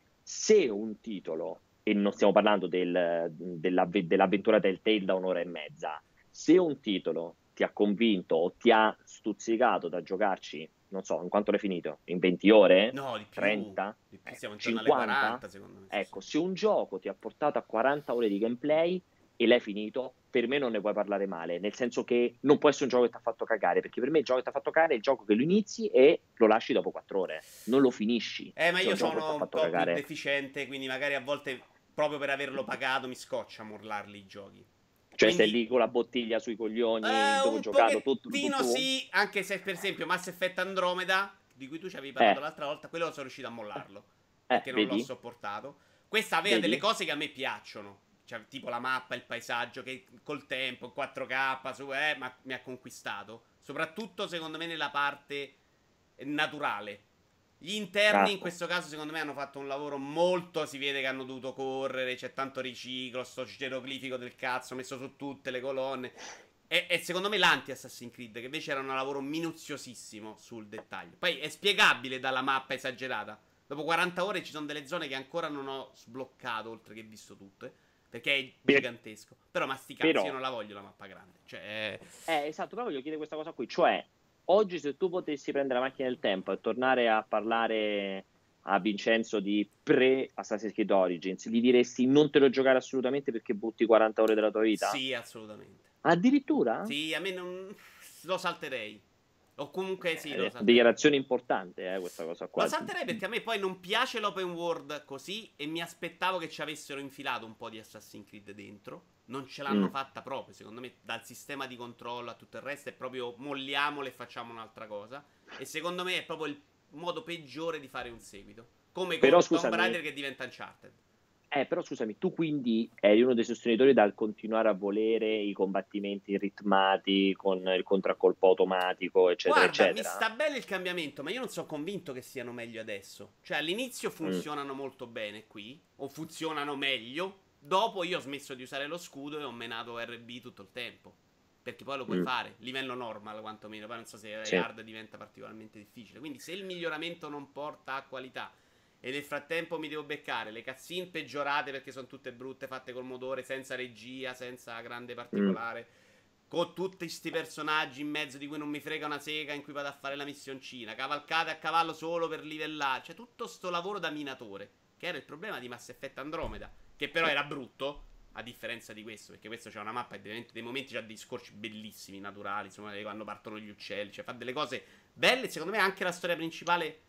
se un titolo, e non stiamo parlando del- dell'avve- dell'avventura Telltale da un'ora e mezza, se un titolo ti ha convinto o ti ha stuzzicato da giocarci, non so, in quanto l'hai finito? In venti ore? No, di più. trenta? Di più, Eh, siamo intorno alle cinquanta? quaranta, secondo me, sì, sì. Ecco, se un gioco ti ha portato a quaranta ore di gameplay e l'hai finito, per me non ne puoi parlare male, nel senso che non può essere un gioco che ti ha fatto cagare, perché per me il gioco che ti ha fatto cagare è il gioco che lo inizi e lo lasci dopo quattro ore, non lo finisci. Eh, ma Se è io un gioco che ti ha sono un fatto po' più cagare. deficiente, quindi magari a volte, proprio per averlo pagato, mi scoccia mollarli i giochi. Cioè, stai Quindi lì con la bottiglia sui coglioni, Eh, dopo un giocato tutto, tutto pochettino tu? sì, anche se per esempio Mass Effect Andromeda, di cui tu ci avevi parlato Eh, l'altra volta, quello sono riuscito a mollarlo, eh, perché non l'ho vedi? sopportato. Questa aveva delle Vedi? cose che a me piacciono, cioè tipo la mappa, il paesaggio, che col tempo, in quattro K, su, eh, ma mi ha conquistato. Soprattutto secondo me nella parte naturale. Gli interni Ah, in questo caso secondo me hanno fatto un lavoro molto, si vede che hanno dovuto correre, c'è tanto riciclo, sto geroglifico del cazzo messo su tutte le colonne. E, e secondo me l'anti Assassin's Creed, che invece era un lavoro minuziosissimo sul dettaglio. Poi è spiegabile dalla mappa esagerata. Dopo quaranta ore ci sono delle zone che ancora non ho sbloccato, oltre che visto tutte, perché è per- gigantesco. Però ma sti cazzi, io però, non la voglio la mappa grande. Cioè, eh, esatto, però voglio chiedere questa cosa qui, cioè, oggi se tu potessi prendere la macchina del tempo e tornare a parlare a Vincenzo di pre-Assassin's Creed Origins, gli diresti non te lo giocare assolutamente perché butti quaranta ore della tua vita? sì, assolutamente. Addirittura? Sì, a me non... lo salterei. O comunque sì, lo Eh, salterei. dichiarazione importante, eh, questa cosa Lo qua. salterei perché a me poi non piace l'open world così e mi aspettavo che ci avessero infilato un po' di Assassin's Creed dentro. Non ce l'hanno Mm, fatta proprio, secondo me, dal sistema di controllo a tutto il resto è proprio molliamolo e facciamo un'altra cosa. E secondo me è proprio il modo peggiore di fare un seguito. Come Però con Tomb scusami, Raider che diventa Uncharted. Eh, però scusami, tu quindi eri uno dei sostenitori dal continuare a volere i combattimenti ritmati con il contraccolpo automatico, eccetera, Guarda, mi eccetera? sta bene il cambiamento, ma io non sono convinto che siano meglio adesso. Cioè, all'inizio Mm, funzionano molto bene qui, o funzionano meglio. Dopo io ho smesso di usare lo scudo e ho menato R B tutto il tempo. Perché poi lo puoi mm, fare, livello normal quantomeno, poi non so se sì. hard diventa particolarmente difficile. Quindi se il miglioramento non porta a qualità e nel frattempo mi devo beccare le cutscene peggiorate perché sono tutte brutte, fatte col motore, senza regia, senza grande Mm, particolare, con tutti questi personaggi in mezzo di cui non mi frega una sega, in cui vado a fare la missioncina, cavalcate a cavallo solo per livellare, cioè tutto sto lavoro da minatore, che era il problema di Mass Effect Andromeda, che però sì. era brutto, a differenza di questo, perché questo c'è una mappa e dei, dei momenti c'ha dei scorci bellissimi, naturali, insomma, quando partono gli uccelli, cioè fa delle cose belle, secondo me anche la storia principale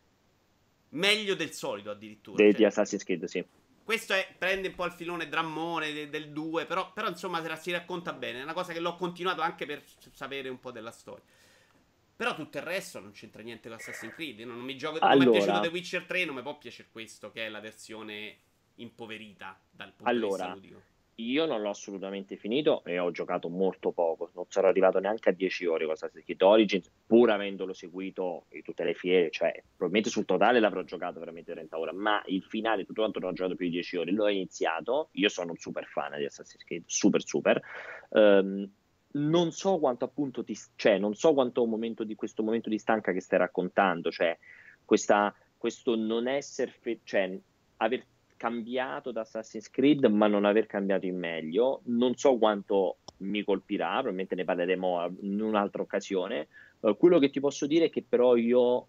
meglio del solito addirittura, De- di cioè Assassin's Creed, sì. questo è, prende un po' il filone drammone de- del due, però, però insomma se la si racconta bene. È una cosa che l'ho continuato anche per s- sapere un po' della storia. Però tutto il resto non c'entra niente con Assassin's Creed. Non, non mi gioco, non mi è piaciuto The Allora, Witcher tre, non mi può piacere questo, che è la versione impoverita dal punto di vista allora, ludico. io non l'ho assolutamente finito e ho giocato molto poco, non sarò arrivato neanche a dieci ore con Assassin's Creed Origins, pur avendolo seguito in tutte le fiere, cioè probabilmente sul totale l'avrò giocato veramente trenta ore, ma il finale tutto quanto non ho giocato più di dieci ore, l'ho iniziato, io sono un super fan di Assassin's Creed, super super. Ehm, non so quanto appunto ti, cioè non so quanto momento di questo momento di stanca che stai raccontando, cioè questa, questo non essere, fe- cioè aver cambiato da Assassin's Creed, ma non aver cambiato in meglio. Non so quanto mi colpirà, probabilmente ne parleremo in un'altra occasione. Uh, quello che ti posso dire è che però io,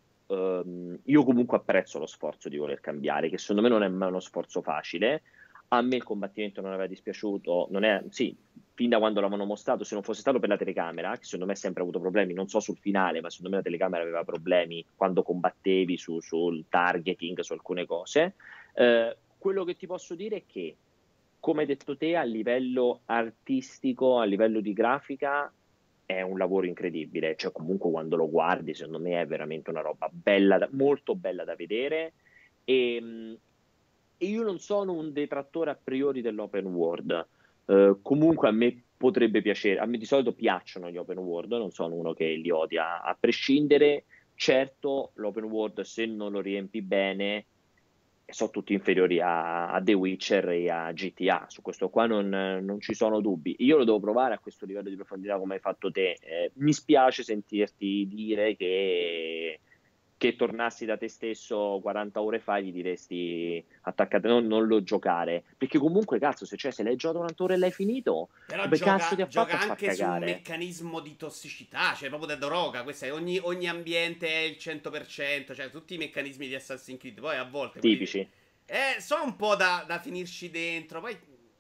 ehm, io comunque apprezzo lo sforzo di voler cambiare, che secondo me non è mai uno sforzo facile. A me il combattimento non aveva dispiaciuto, non è, sì, fin da quando l'avevano mostrato, se non fosse stato per la telecamera, che secondo me ha sempre avuto problemi, non so sul finale, ma secondo me la telecamera aveva problemi quando combattevi su, sul targeting, su alcune cose. Eh, quello che ti posso dire è che come hai detto te, a livello artistico, a livello di grafica, è un lavoro incredibile. Cioè, comunque, quando lo guardi, secondo me è veramente una roba bella, da- molto bella da vedere. E, mh, e io non sono un detrattore a priori dell'open world. Eh, comunque a me potrebbe piacere, a me di solito piacciono gli open world, non sono uno che li odia a prescindere. Certo, l'open world, se non lo riempi bene, sono tutti inferiori a, a The Witcher e a G T A. Su questo qua non, non ci sono dubbi. Io lo devo provare a questo livello di profondità come hai fatto te. Eh, mi spiace sentirti dire che, che tornassi da te stesso quaranta ore fa e gli diresti attaccate, non, non lo giocare. Perché comunque, cazzo, se, cioè, se l'hai giocato quaranta ore e l'hai finito, Però come cazzo gioca, ti ha fatto gioca a far anche su un cagare? meccanismo di tossicità, cioè proprio da droga. Questa è ogni, ogni ambiente è il cento per cento, cioè tutti i meccanismi di Assassin's Creed. Poi a volte quelli Tipici. eh, sono un po' da, da finirci dentro. Poi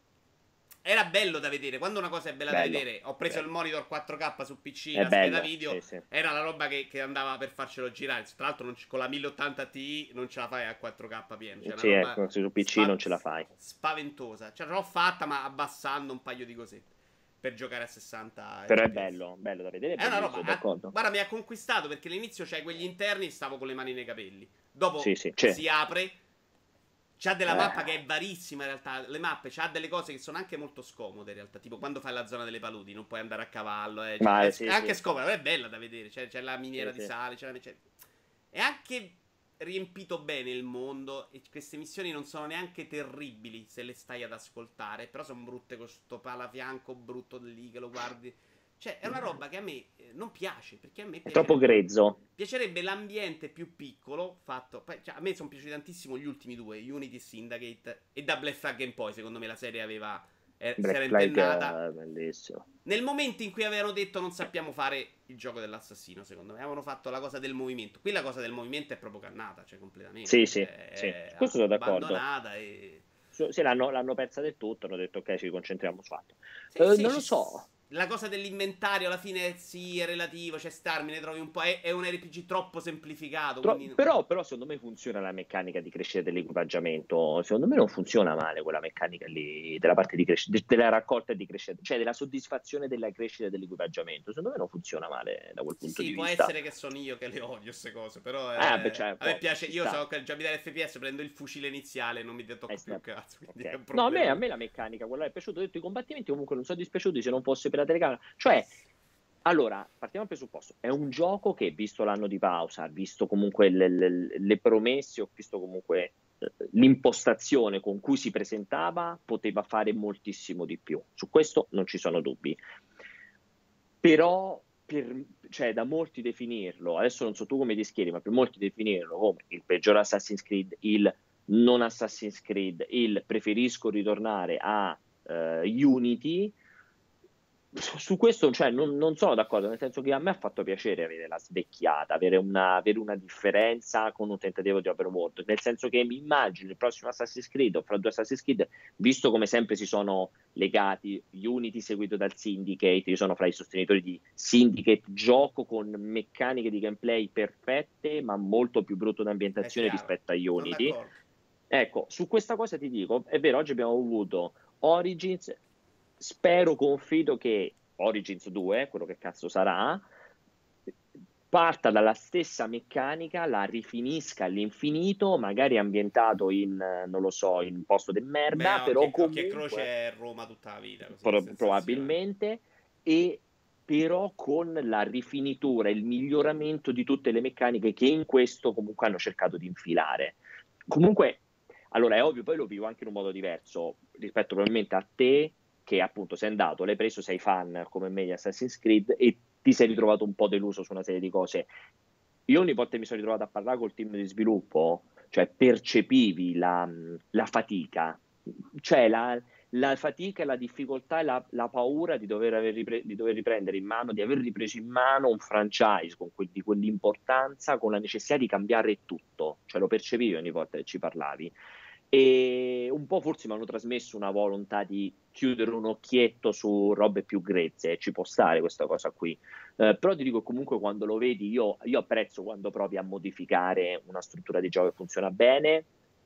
era bello da vedere. Quando una cosa è bella da Bello, vedere, ho preso il bello. monitor quattro K su P C, È la scheda bello, video. sì, sì. Era la roba che, che andava per farcelo girare. Tra l'altro, non ci- con la mille ottanta Ti non ce la fai a quattro K pieno. Cioè, una Sì, roba ecco, se su P C non spa- ce la fai. spaventosa. Cioè, l'ho fatta, ma abbassando un paio di cosette per giocare a sessanta Però è F P S. bello, bello da vedere, è È una bellissimo, roba. ah, d'accordo. guarda, mi ha conquistato perché all'inizio c'hai quegli interni e stavo con le mani nei capelli. Sì, Dopo sì, c'è. si apre. C'ha della mappa che Eh, è varissima in realtà. Le mappe c'ha delle cose che sono anche molto scomode in realtà. Tipo quando fai la zona delle paludi, non puoi andare a cavallo. Eh. Cioè, ma è, eh, è sì, anche sì, scomoda, però è bella da vedere. C'è, c'è la sì, miniera di sì. sale. C'è la, c'è- È anche riempito bene il mondo. E queste missioni non sono neanche terribili se le stai ad ascoltare. Però sono brutte con sto palafianco brutto lì che lo guardi. Cioè, è una roba che a me eh, non piace. Perché a me È troppo piacerebbe. grezzo. Piacerebbe l'ambiente più piccolo fatto. Poi, cioè, a me sono piaciuti tantissimo gli ultimi due, Unity e Syndicate. E da Black Flag in poi, secondo me, la serie aveva. eh, si Black era Flag impennata. è bellissimo. Nel momento in cui avevano detto non sappiamo fare il gioco dell'assassino, secondo me, avevano fatto la cosa del movimento. Qui la cosa del movimento è proprio cannata, cioè completamente. Sì, sì, Cioè, sì, è su questo sono d'accordo. abbandonata e. Su- Sì, l'hanno, l'hanno persa del tutto, hanno detto ok, ci concentriamo su altro. Sì, Eh, sì, non ci lo s- so. la cosa dell'inventario alla fine sì, è relativo, c'è Starmi, ne trovi un po'. È, è un R P G troppo semplificato, Tro- quindi. però, però secondo me funziona la meccanica di crescita dell'equipaggiamento. Secondo me non funziona male quella meccanica lì della parte di crescita, della raccolta e di crescita, cioè della soddisfazione della crescita dell'equipaggiamento. Secondo me non funziona male da quel Sì, punto sì, di può vista. essere che sono io che le odio queste cose, però Ah, beh, eh, cioè, a me poi piace, ci io sta. so che già mi dà l'F P S, prendo il fucile iniziale e non mi Eh, tocco più il snap. cazzo, quindi è Ok. un No, a me, problema a mio. me la meccanica, quella è piaciuta. Ho detto i combattimenti comunque non sono dispiaciuti se non fosse per la telecamera. Cioè, allora, partiamo dal presupposto. È un gioco che, visto l'anno di pausa, visto comunque le, le- le promesse, ho visto comunque eh, l'impostazione con cui si presentava, poteva fare moltissimo di più. Su questo non ci sono dubbi. Però, per, cioè, da molti definirlo, adesso non so tu come ti schieri, ma per molti definirlo come il peggior Assassin's Creed, il non Assassin's Creed, il preferisco ritornare a eh, Unity, su, su questo cioè, non, non sono d'accordo, nel senso che a me ha fatto piacere avere la svecchiata, avere una, avere una differenza con un tentativo di open world, nel senso che mi immagino il prossimo Assassin's Creed o fra due Assassin's Creed, visto come sempre si sono legati, Unity seguito dal Syndicate, io sono fra i sostenitori di Syndicate, gioco con meccaniche di gameplay perfette, ma molto più brutto È d'ambientazione chiaro, rispetto a sono Unity. d'accordo. Ecco, su questa cosa ti dico, è vero, oggi abbiamo avuto Origins, spero, confido che Origins due, quello che cazzo sarà, parta dalla stessa meccanica, la rifinisca all'infinito, magari ambientato in, eh, non lo so, in un posto di Beh, merda, però occhio, occhio e croce comunque è Roma tutta la vita, così è pro- sensazione. probabilmente, e però con la rifinitura, il miglioramento di tutte le meccaniche che in questo comunque hanno cercato di infilare. Comunque, allora è ovvio, poi lo vivo anche in un modo diverso rispetto probabilmente a te, che appunto sei andato, l'hai preso, sei fan come me di Assassin's Creed e ti sei ritrovato un po' deluso su una serie di cose. Io ogni volta che mi sono ritrovato a parlare col team di sviluppo, cioè percepivi la, la fatica, cioè la, la fatica e la difficoltà e la, la paura di dover, aver ripre- di dover riprendere in mano, di aver ripreso in mano un franchise con quel- di quell'importanza, con la necessità di cambiare tutto, cioè lo percepivi ogni volta che ci parlavi. E un po' forse mi hanno trasmesso una volontà di chiudere un occhietto su robe più grezze, e ci può stare questa cosa qui. Eh, però ti dico comunque quando lo vedi, io, io apprezzo quando provi a modificare una struttura di gioco che funziona bene,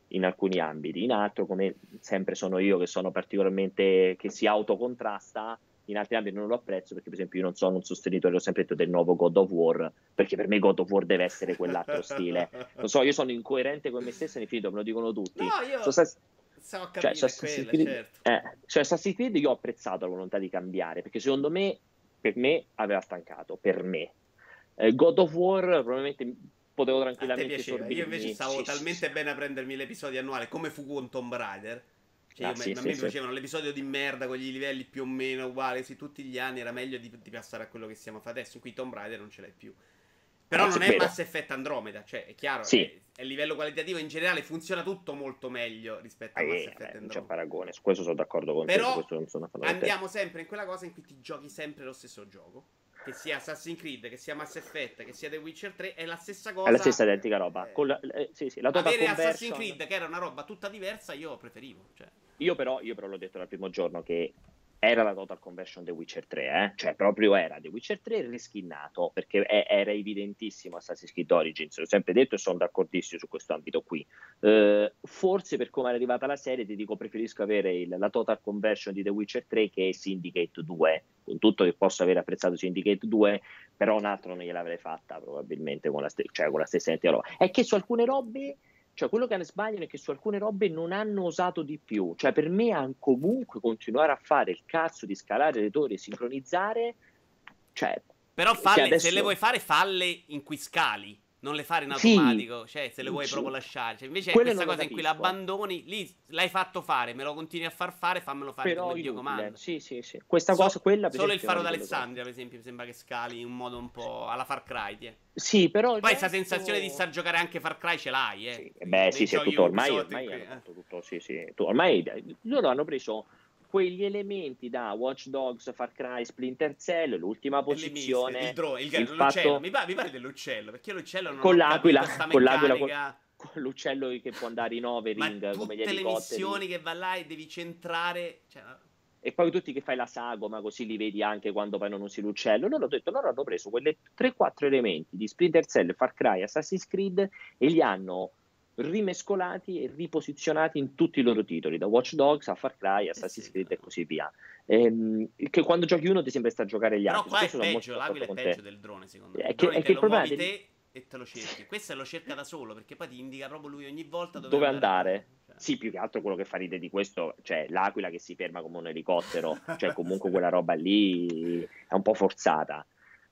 in alcuni ambiti, in altro, come sempre sono io che sono particolarmente, che si autocontrasta, in altri ambiti non lo apprezzo, perché per esempio io non sono un sostenitore, l'ho sempre detto, del nuovo God of War, perché per me God of War deve essere quell'altro stile. Non so, io sono incoerente con me stesso e infinito, me lo dicono tutti. No, io So, so cioè, capire Assassin's quella, Creed, certo. eh, cioè, Assassin's Creed io ho apprezzato la volontà di cambiare, perché secondo me, per me, aveva stancato, per me. Eh, God of War probabilmente potevo A te tranquillamente piaceva, io invece sorbirmi. stavo Sì, sì, sì. talmente bene a prendermi l'episodio annuale, come fu con Tomb Raider. Cioè, Ah, io, me- sì, a sì, me mi sì. facevano l'episodio di merda con i livelli più o meno uguali, sì, tutti gli anni, era meglio di, di passare a quello che stiamo facendo adesso, in cui Tomb Raider non ce l'hai più. Però Eh, sì, non è vero. Mass Effect Andromeda, cioè è chiaro, Sì, è, è a livello qualitativo in generale funziona tutto molto meglio rispetto a Mass eh, Effect vabbè, non c'è Andromeda. paragone, su questo sono d'accordo con te, su Però questo non sono affatto con te. andiamo sempre in quella cosa in cui ti giochi sempre lo stesso gioco. Che sia Assassin's Creed, che sia Mass Effect, che sia The Witcher tre, è la stessa È la cosa. stessa identica roba. Con eh, la, eh, sì, sì, la total Avere Assassin's conversion. Creed, che era una roba tutta diversa, io preferivo. Cioè. Io però, io però l'ho detto dal primo giorno che era la total conversion The Witcher tre, eh? Cioè proprio era The Witcher tre riskinnato, perché è- era evidentissimo Assassin's Creed Origins, l'ho sempre detto e sono d'accordissimo su questo ambito qui. Eh, forse per come è arrivata la serie ti dico preferisco avere il- la total conversion di The Witcher tre che Syndicate due, con tutto che posso aver apprezzato Syndicate due, però un altro non gliel'avrei fatta probabilmente con la, ste- cioè, con la stessa identica roba. È che su alcune robe, cioè quello che ne sbagliano è che su alcune robe non hanno osato di più, cioè per me a comunque continuare a fare il cazzo di scalare le torri e sincronizzare, cioè Però che falle, se le vuoi adesso fare, falle in cui scali. Non le fare in sì, automatico, cioè se le vuoi proprio lasciare. Cioè, invece è quelle questa non lo cosa in cui capisco, l'abbandoni, lì l'hai fatto fare, me lo continui a far fare, fammelo fare però come Dio inutile, comanda. sì sì sì, questa cosa, So- quella per solo il esempio è una faro di quelle cose. d'Alessandria, per esempio, mi sembra che scali in un modo un po' alla Far Cry. Ti è. Sì, però il Poi questa sensazione di resto. star giocare anche Far Cry ce l'hai, Sì, eh. eh beh, sì, Nei sì, è giochi tutto ormai, Ubisoft in ormai cui. hanno Eh. fatto tutto, sì, sì, tu- ormai eh, loro hanno preso quegli elementi da Watch Dogs, Far Cry, Splinter Cell, l'ultima E lì mi. Il posizione, drone, il, il l'uccello. fatto Mi, pa- mi pare dell'uccello. Perché io l'uccello non con ho l'aquila, capito sta con l'aquila, con, meccanica. con l'uccello che può andare in Ma overing come gli tutte le elicotteri. missioni che va là e devi centrare. Cioè, E poi tutti che fai la sagoma, così li vedi anche quando poi non usi l'uccello. Loro, ho detto, loro hanno preso quelle tre quattro elementi di Splinter Cell, Far Cry, Assassin's Creed e li hanno rimescolati e riposizionati in tutti i loro titoli, da Watch Dogs a Far Cry, eh sì, Assassin's Creed cioè. e così via. Ehm, che quando giochi uno ti sembra sta a giocare gli Però altri, su qua è questo sono molto peggio. d'accordo L'aquila è con peggio te. del drone, secondo me. È Il che, drone è te che il lo problema muovi del, te e te lo cerchi. Questo lo cerca da solo perché poi ti indica proprio lui ogni volta dove dove andare a prendere. andare? Cioè. Sì, più che altro quello che fa ridere di questo, cioè l'aquila che si ferma come un elicottero, cioè comunque quella roba lì è un po' forzata.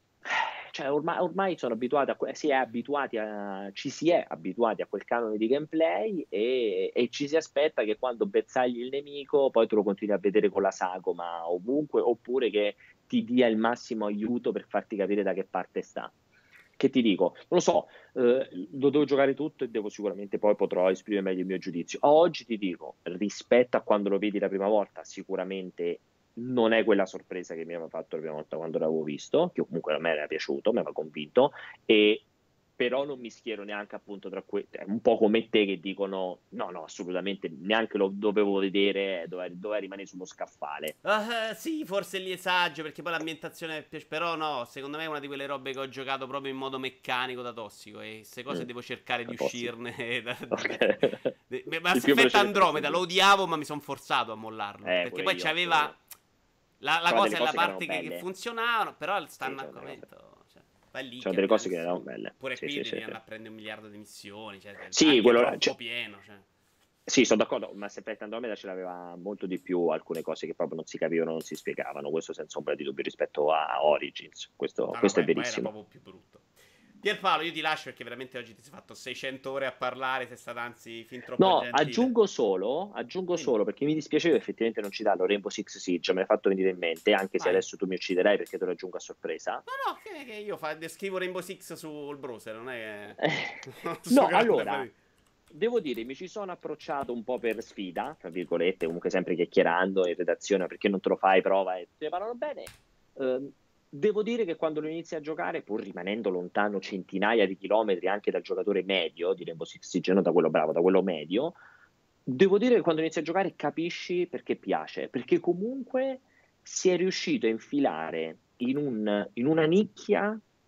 Cioè, ormai, ormai sono abituati a, que- si è abituati a, ci si è abituati a quel canone di gameplay e, e ci si aspetta che quando bezzagli il nemico poi te lo continui a vedere con la sagoma ovunque, oppure che ti dia il massimo aiuto per farti capire da che parte sta. Che ti dico, non lo so, eh, lo devo giocare tutto e devo sicuramente poi potrò esprimere meglio il mio giudizio. Oggi ti dico, rispetto a quando lo vedi la prima volta, sicuramente non è quella sorpresa che mi aveva fatto la prima volta quando l'avevo visto, che comunque a me era piaciuto, mi aveva convinto, e però non mi schiero neanche appunto tra que- è un po' come te che dicono no, no, assolutamente neanche lo dovevo vedere, doveva, doveva rimanere sullo scaffale. Ah, eh, sì, forse lì esagero perché poi l'ambientazione è piace. Però no, secondo me è una di quelle robe che ho giocato proprio in modo meccanico da tossico. E queste cose Mm, devo cercare di è possibile. uscirne. da- da- Ok. da- de- Ma Il Mass più Effect velocemente Andromeda lo possibile. odiavo, ma mi sono forzato a mollarlo. Eh, Perché pure poi io, pure c'aveva. io. La, la C'erano delle cosa è la cose che erano parte che, che belle. funzionavano. Però Sì, stanno a c'erano delle cose. commento. Cioè, vai lì, C'erano delle chiami la cose che erano missione. belle. Pure Sì, qui sì, devi sì, sì. andare a prendere un miliardo di missioni. Cioè, Sì, anche quello, troppo cioè, pieno. Cioè. sì, sono d'accordo, ma se Effect Andromeda ce l'aveva molto di più alcune cose che proprio non si capivano, non si spiegavano, questo senza ombra di dubbio rispetto a Origins, questo, No, no, questo è qua, qua era verissimo. proprio più brutto. Pierpaolo, io ti lascio perché veramente oggi ti sei fatto seicento ore a parlare, sei stata anzi fin troppo No, gentile. aggiungo solo, aggiungo Dimmi. solo perché mi dispiaceva effettivamente non citarlo, Rainbow Six Siege, me l'hai fatto venire in mente, anche se Vai. adesso tu mi ucciderai perché te lo aggiungo a sorpresa. No, no, che, che io fa, scrivo Rainbow Six sul browser, non è Eh, che... non so no, grande allora, fare- devo dire, mi ci sono approcciato un po' per sfida, tra virgolette, comunque sempre chiacchierando in redazione, perché non te lo fai, prova e te ne parlano bene. Ehm, devo dire che quando lo inizi a giocare, pur rimanendo lontano centinaia di chilometri anche dal giocatore medio, di Rainbow Six Siege, non da quello bravo, da quello medio, devo dire che quando inizi a giocare capisci perché piace, perché comunque si è riuscito a infilare in, un, in una nicchia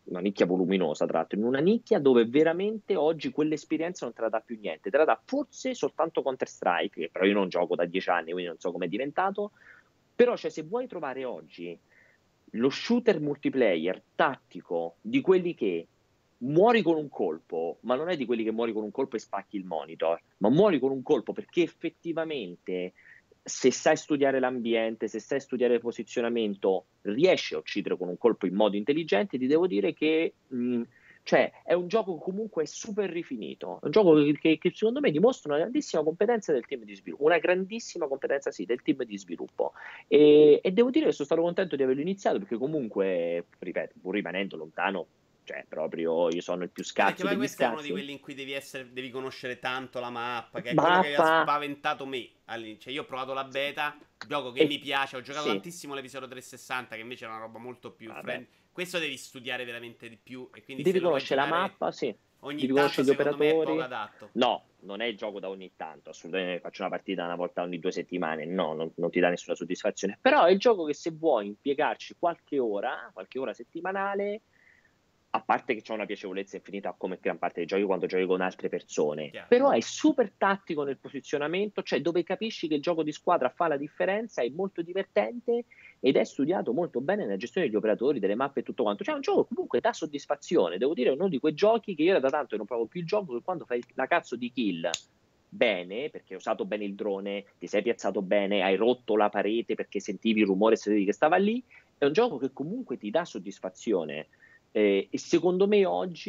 una nicchia voluminosa, tra l'altro, in una nicchia dove veramente oggi quell'esperienza non te la dà più niente, te la dà forse soltanto Counter-Strike, che però io non gioco da dieci anni, quindi non so come è diventato, però cioè, se vuoi trovare oggi lo shooter multiplayer tattico di quelli che muori con un colpo, ma non è di quelli che muori con un colpo e spacchi il monitor, ma muori con un colpo perché effettivamente se sai studiare l'ambiente, se sai studiare il posizionamento, riesci a uccidere con un colpo in modo intelligente, ti devo dire che mh, cioè, è un gioco che comunque è super rifinito, è un gioco che, che- che secondo me dimostra una grandissima competenza del team di sviluppo, una grandissima competenza sì del team di sviluppo e, e devo dire che sono stato contento di averlo iniziato perché comunque, ripeto, pur rimanendo lontano, cioè proprio io sono il più Eh, perché scarso poi degli questo è uno di scarsi, quelli in cui devi essere, devi conoscere tanto la mappa, che è quello che mi ha mappa spaventato me. all'inizio. Cioè, io ho provato la beta, gioco che e mi piace, ho giocato sì, tantissimo l'episodio trecentosessanta, che invece è una roba molto più vabbè. friendly. Questo devi studiare veramente di più, e quindi se Devi lo vuoi conoscere la giocare mappa, sì. ogni Devi tanto, conoscere gli secondo me è poco operatori. adatto. No, non è il gioco da ogni tanto, assolutamente faccio una partita una volta ogni due settimane, no, non, non ti dà nessuna soddisfazione. Però è il gioco che se vuoi impiegarci qualche ora, qualche ora settimanale, a parte che c'è una piacevolezza infinita come gran parte dei giochi quando giochi con altre persone, Chiaro. però è super tattico nel posizionamento, cioè dove capisci che il gioco di squadra fa la differenza, è molto divertente ed è studiato molto bene nella gestione degli operatori, delle mappe e tutto quanto. Cioè è un gioco che comunque dà soddisfazione, devo dire, è uno di quei giochi che io era da tanto che non provo più il gioco, che quando fai la cazzo di kill bene, perché hai usato bene il drone, ti sei piazzato bene, hai rotto la parete perché sentivi il rumore e sapevi che stava lì, è un gioco che comunque ti dà soddisfazione. Eh, e secondo me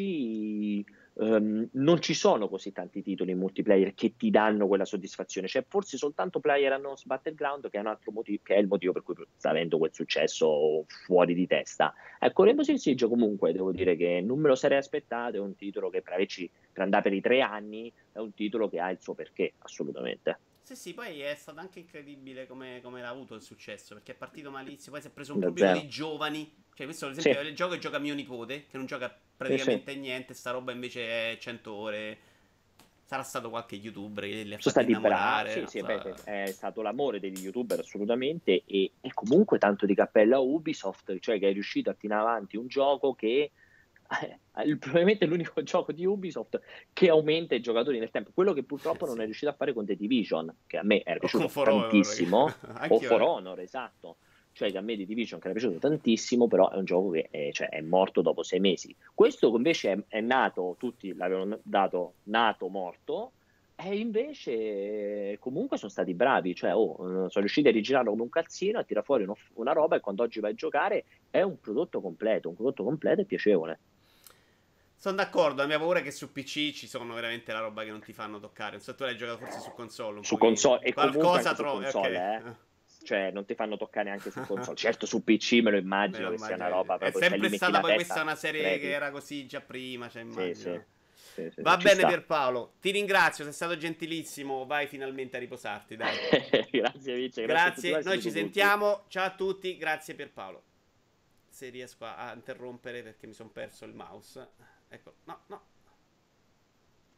oggi ehm, non ci sono così tanti titoli in multiplayer che ti danno quella soddisfazione. C'è forse soltanto PlayerUnknown's Battleground che è un altro motivo, che è il motivo per cui sta avendo quel successo fuori di testa. Ecco, Rainbow Six Siege comunque devo dire che non me lo sarei aspettato, è un titolo che per, averci, per andare per i tre anni è un titolo che ha il suo perché, assolutamente. Sì, sì, poi è stato anche incredibile come, come l'ha avuto il successo, perché è partito malissimo, poi si è preso un Da pubblico zero. di giovani. Cioè, questo ad esempio Sì, è il gioco che gioca mio nipote, che non gioca sì, sì. praticamente niente, sta roba invece è cento ore. Sarà stato qualche youtuber che li ha Sono fatti stati bravi, innamorare, sì, non sì, so. beh, è stato l'amore degli youtuber assolutamente e, e comunque tanto di cappello a Ubisoft, cioè che è riuscito a tirare avanti un gioco che eh, probabilmente è l'unico gioco di Ubisoft che aumenta i giocatori nel tempo, quello che purtroppo non è Sì. riuscito a fare con The Division, che a me era O con piaciuto For Honor, tantissimo, o anche For io. Honor, esatto, cioè che a me The Division che era piaciuto tantissimo, però è un gioco che è, cioè, è morto dopo sei mesi. Questo invece è, è nato, tutti l'avevano dato nato morto, e invece comunque sono stati bravi, cioè oh, sono riusciti a rigirarlo come un calzino, a tirare fuori uno- una roba e quando oggi vai a giocare è un prodotto completo, un prodotto completo e piacevole. Sono d'accordo, la mia paura è che su P C ci sono veramente la roba che non ti fanno toccare. Non so, tu l'hai giocato forse su console un Su pochino. console e comunque Qualcosa anche su trovi, ok. console, eh. Cioè non ti fanno toccare neanche su console. Certo su P C me lo Me lo immagino che sia una immagino. roba È proprio, cioè lì sempre metti stata la poi questa testa, una serie che crepi. era così già prima, cioè Sì, sì, immagino. sì, sì, sì, Va ci bene sta. Pierpaolo, ti ringrazio, sei stato gentilissimo. Vai finalmente a riposarti, dai. Grazie Vince, grazie a tutti Grazie, voi, noi ci saluto tutti. sentiamo. Ciao a tutti, grazie Pierpaolo. Se riesco a a interrompere perché mi sono perso il mouse. Ecco, no, no.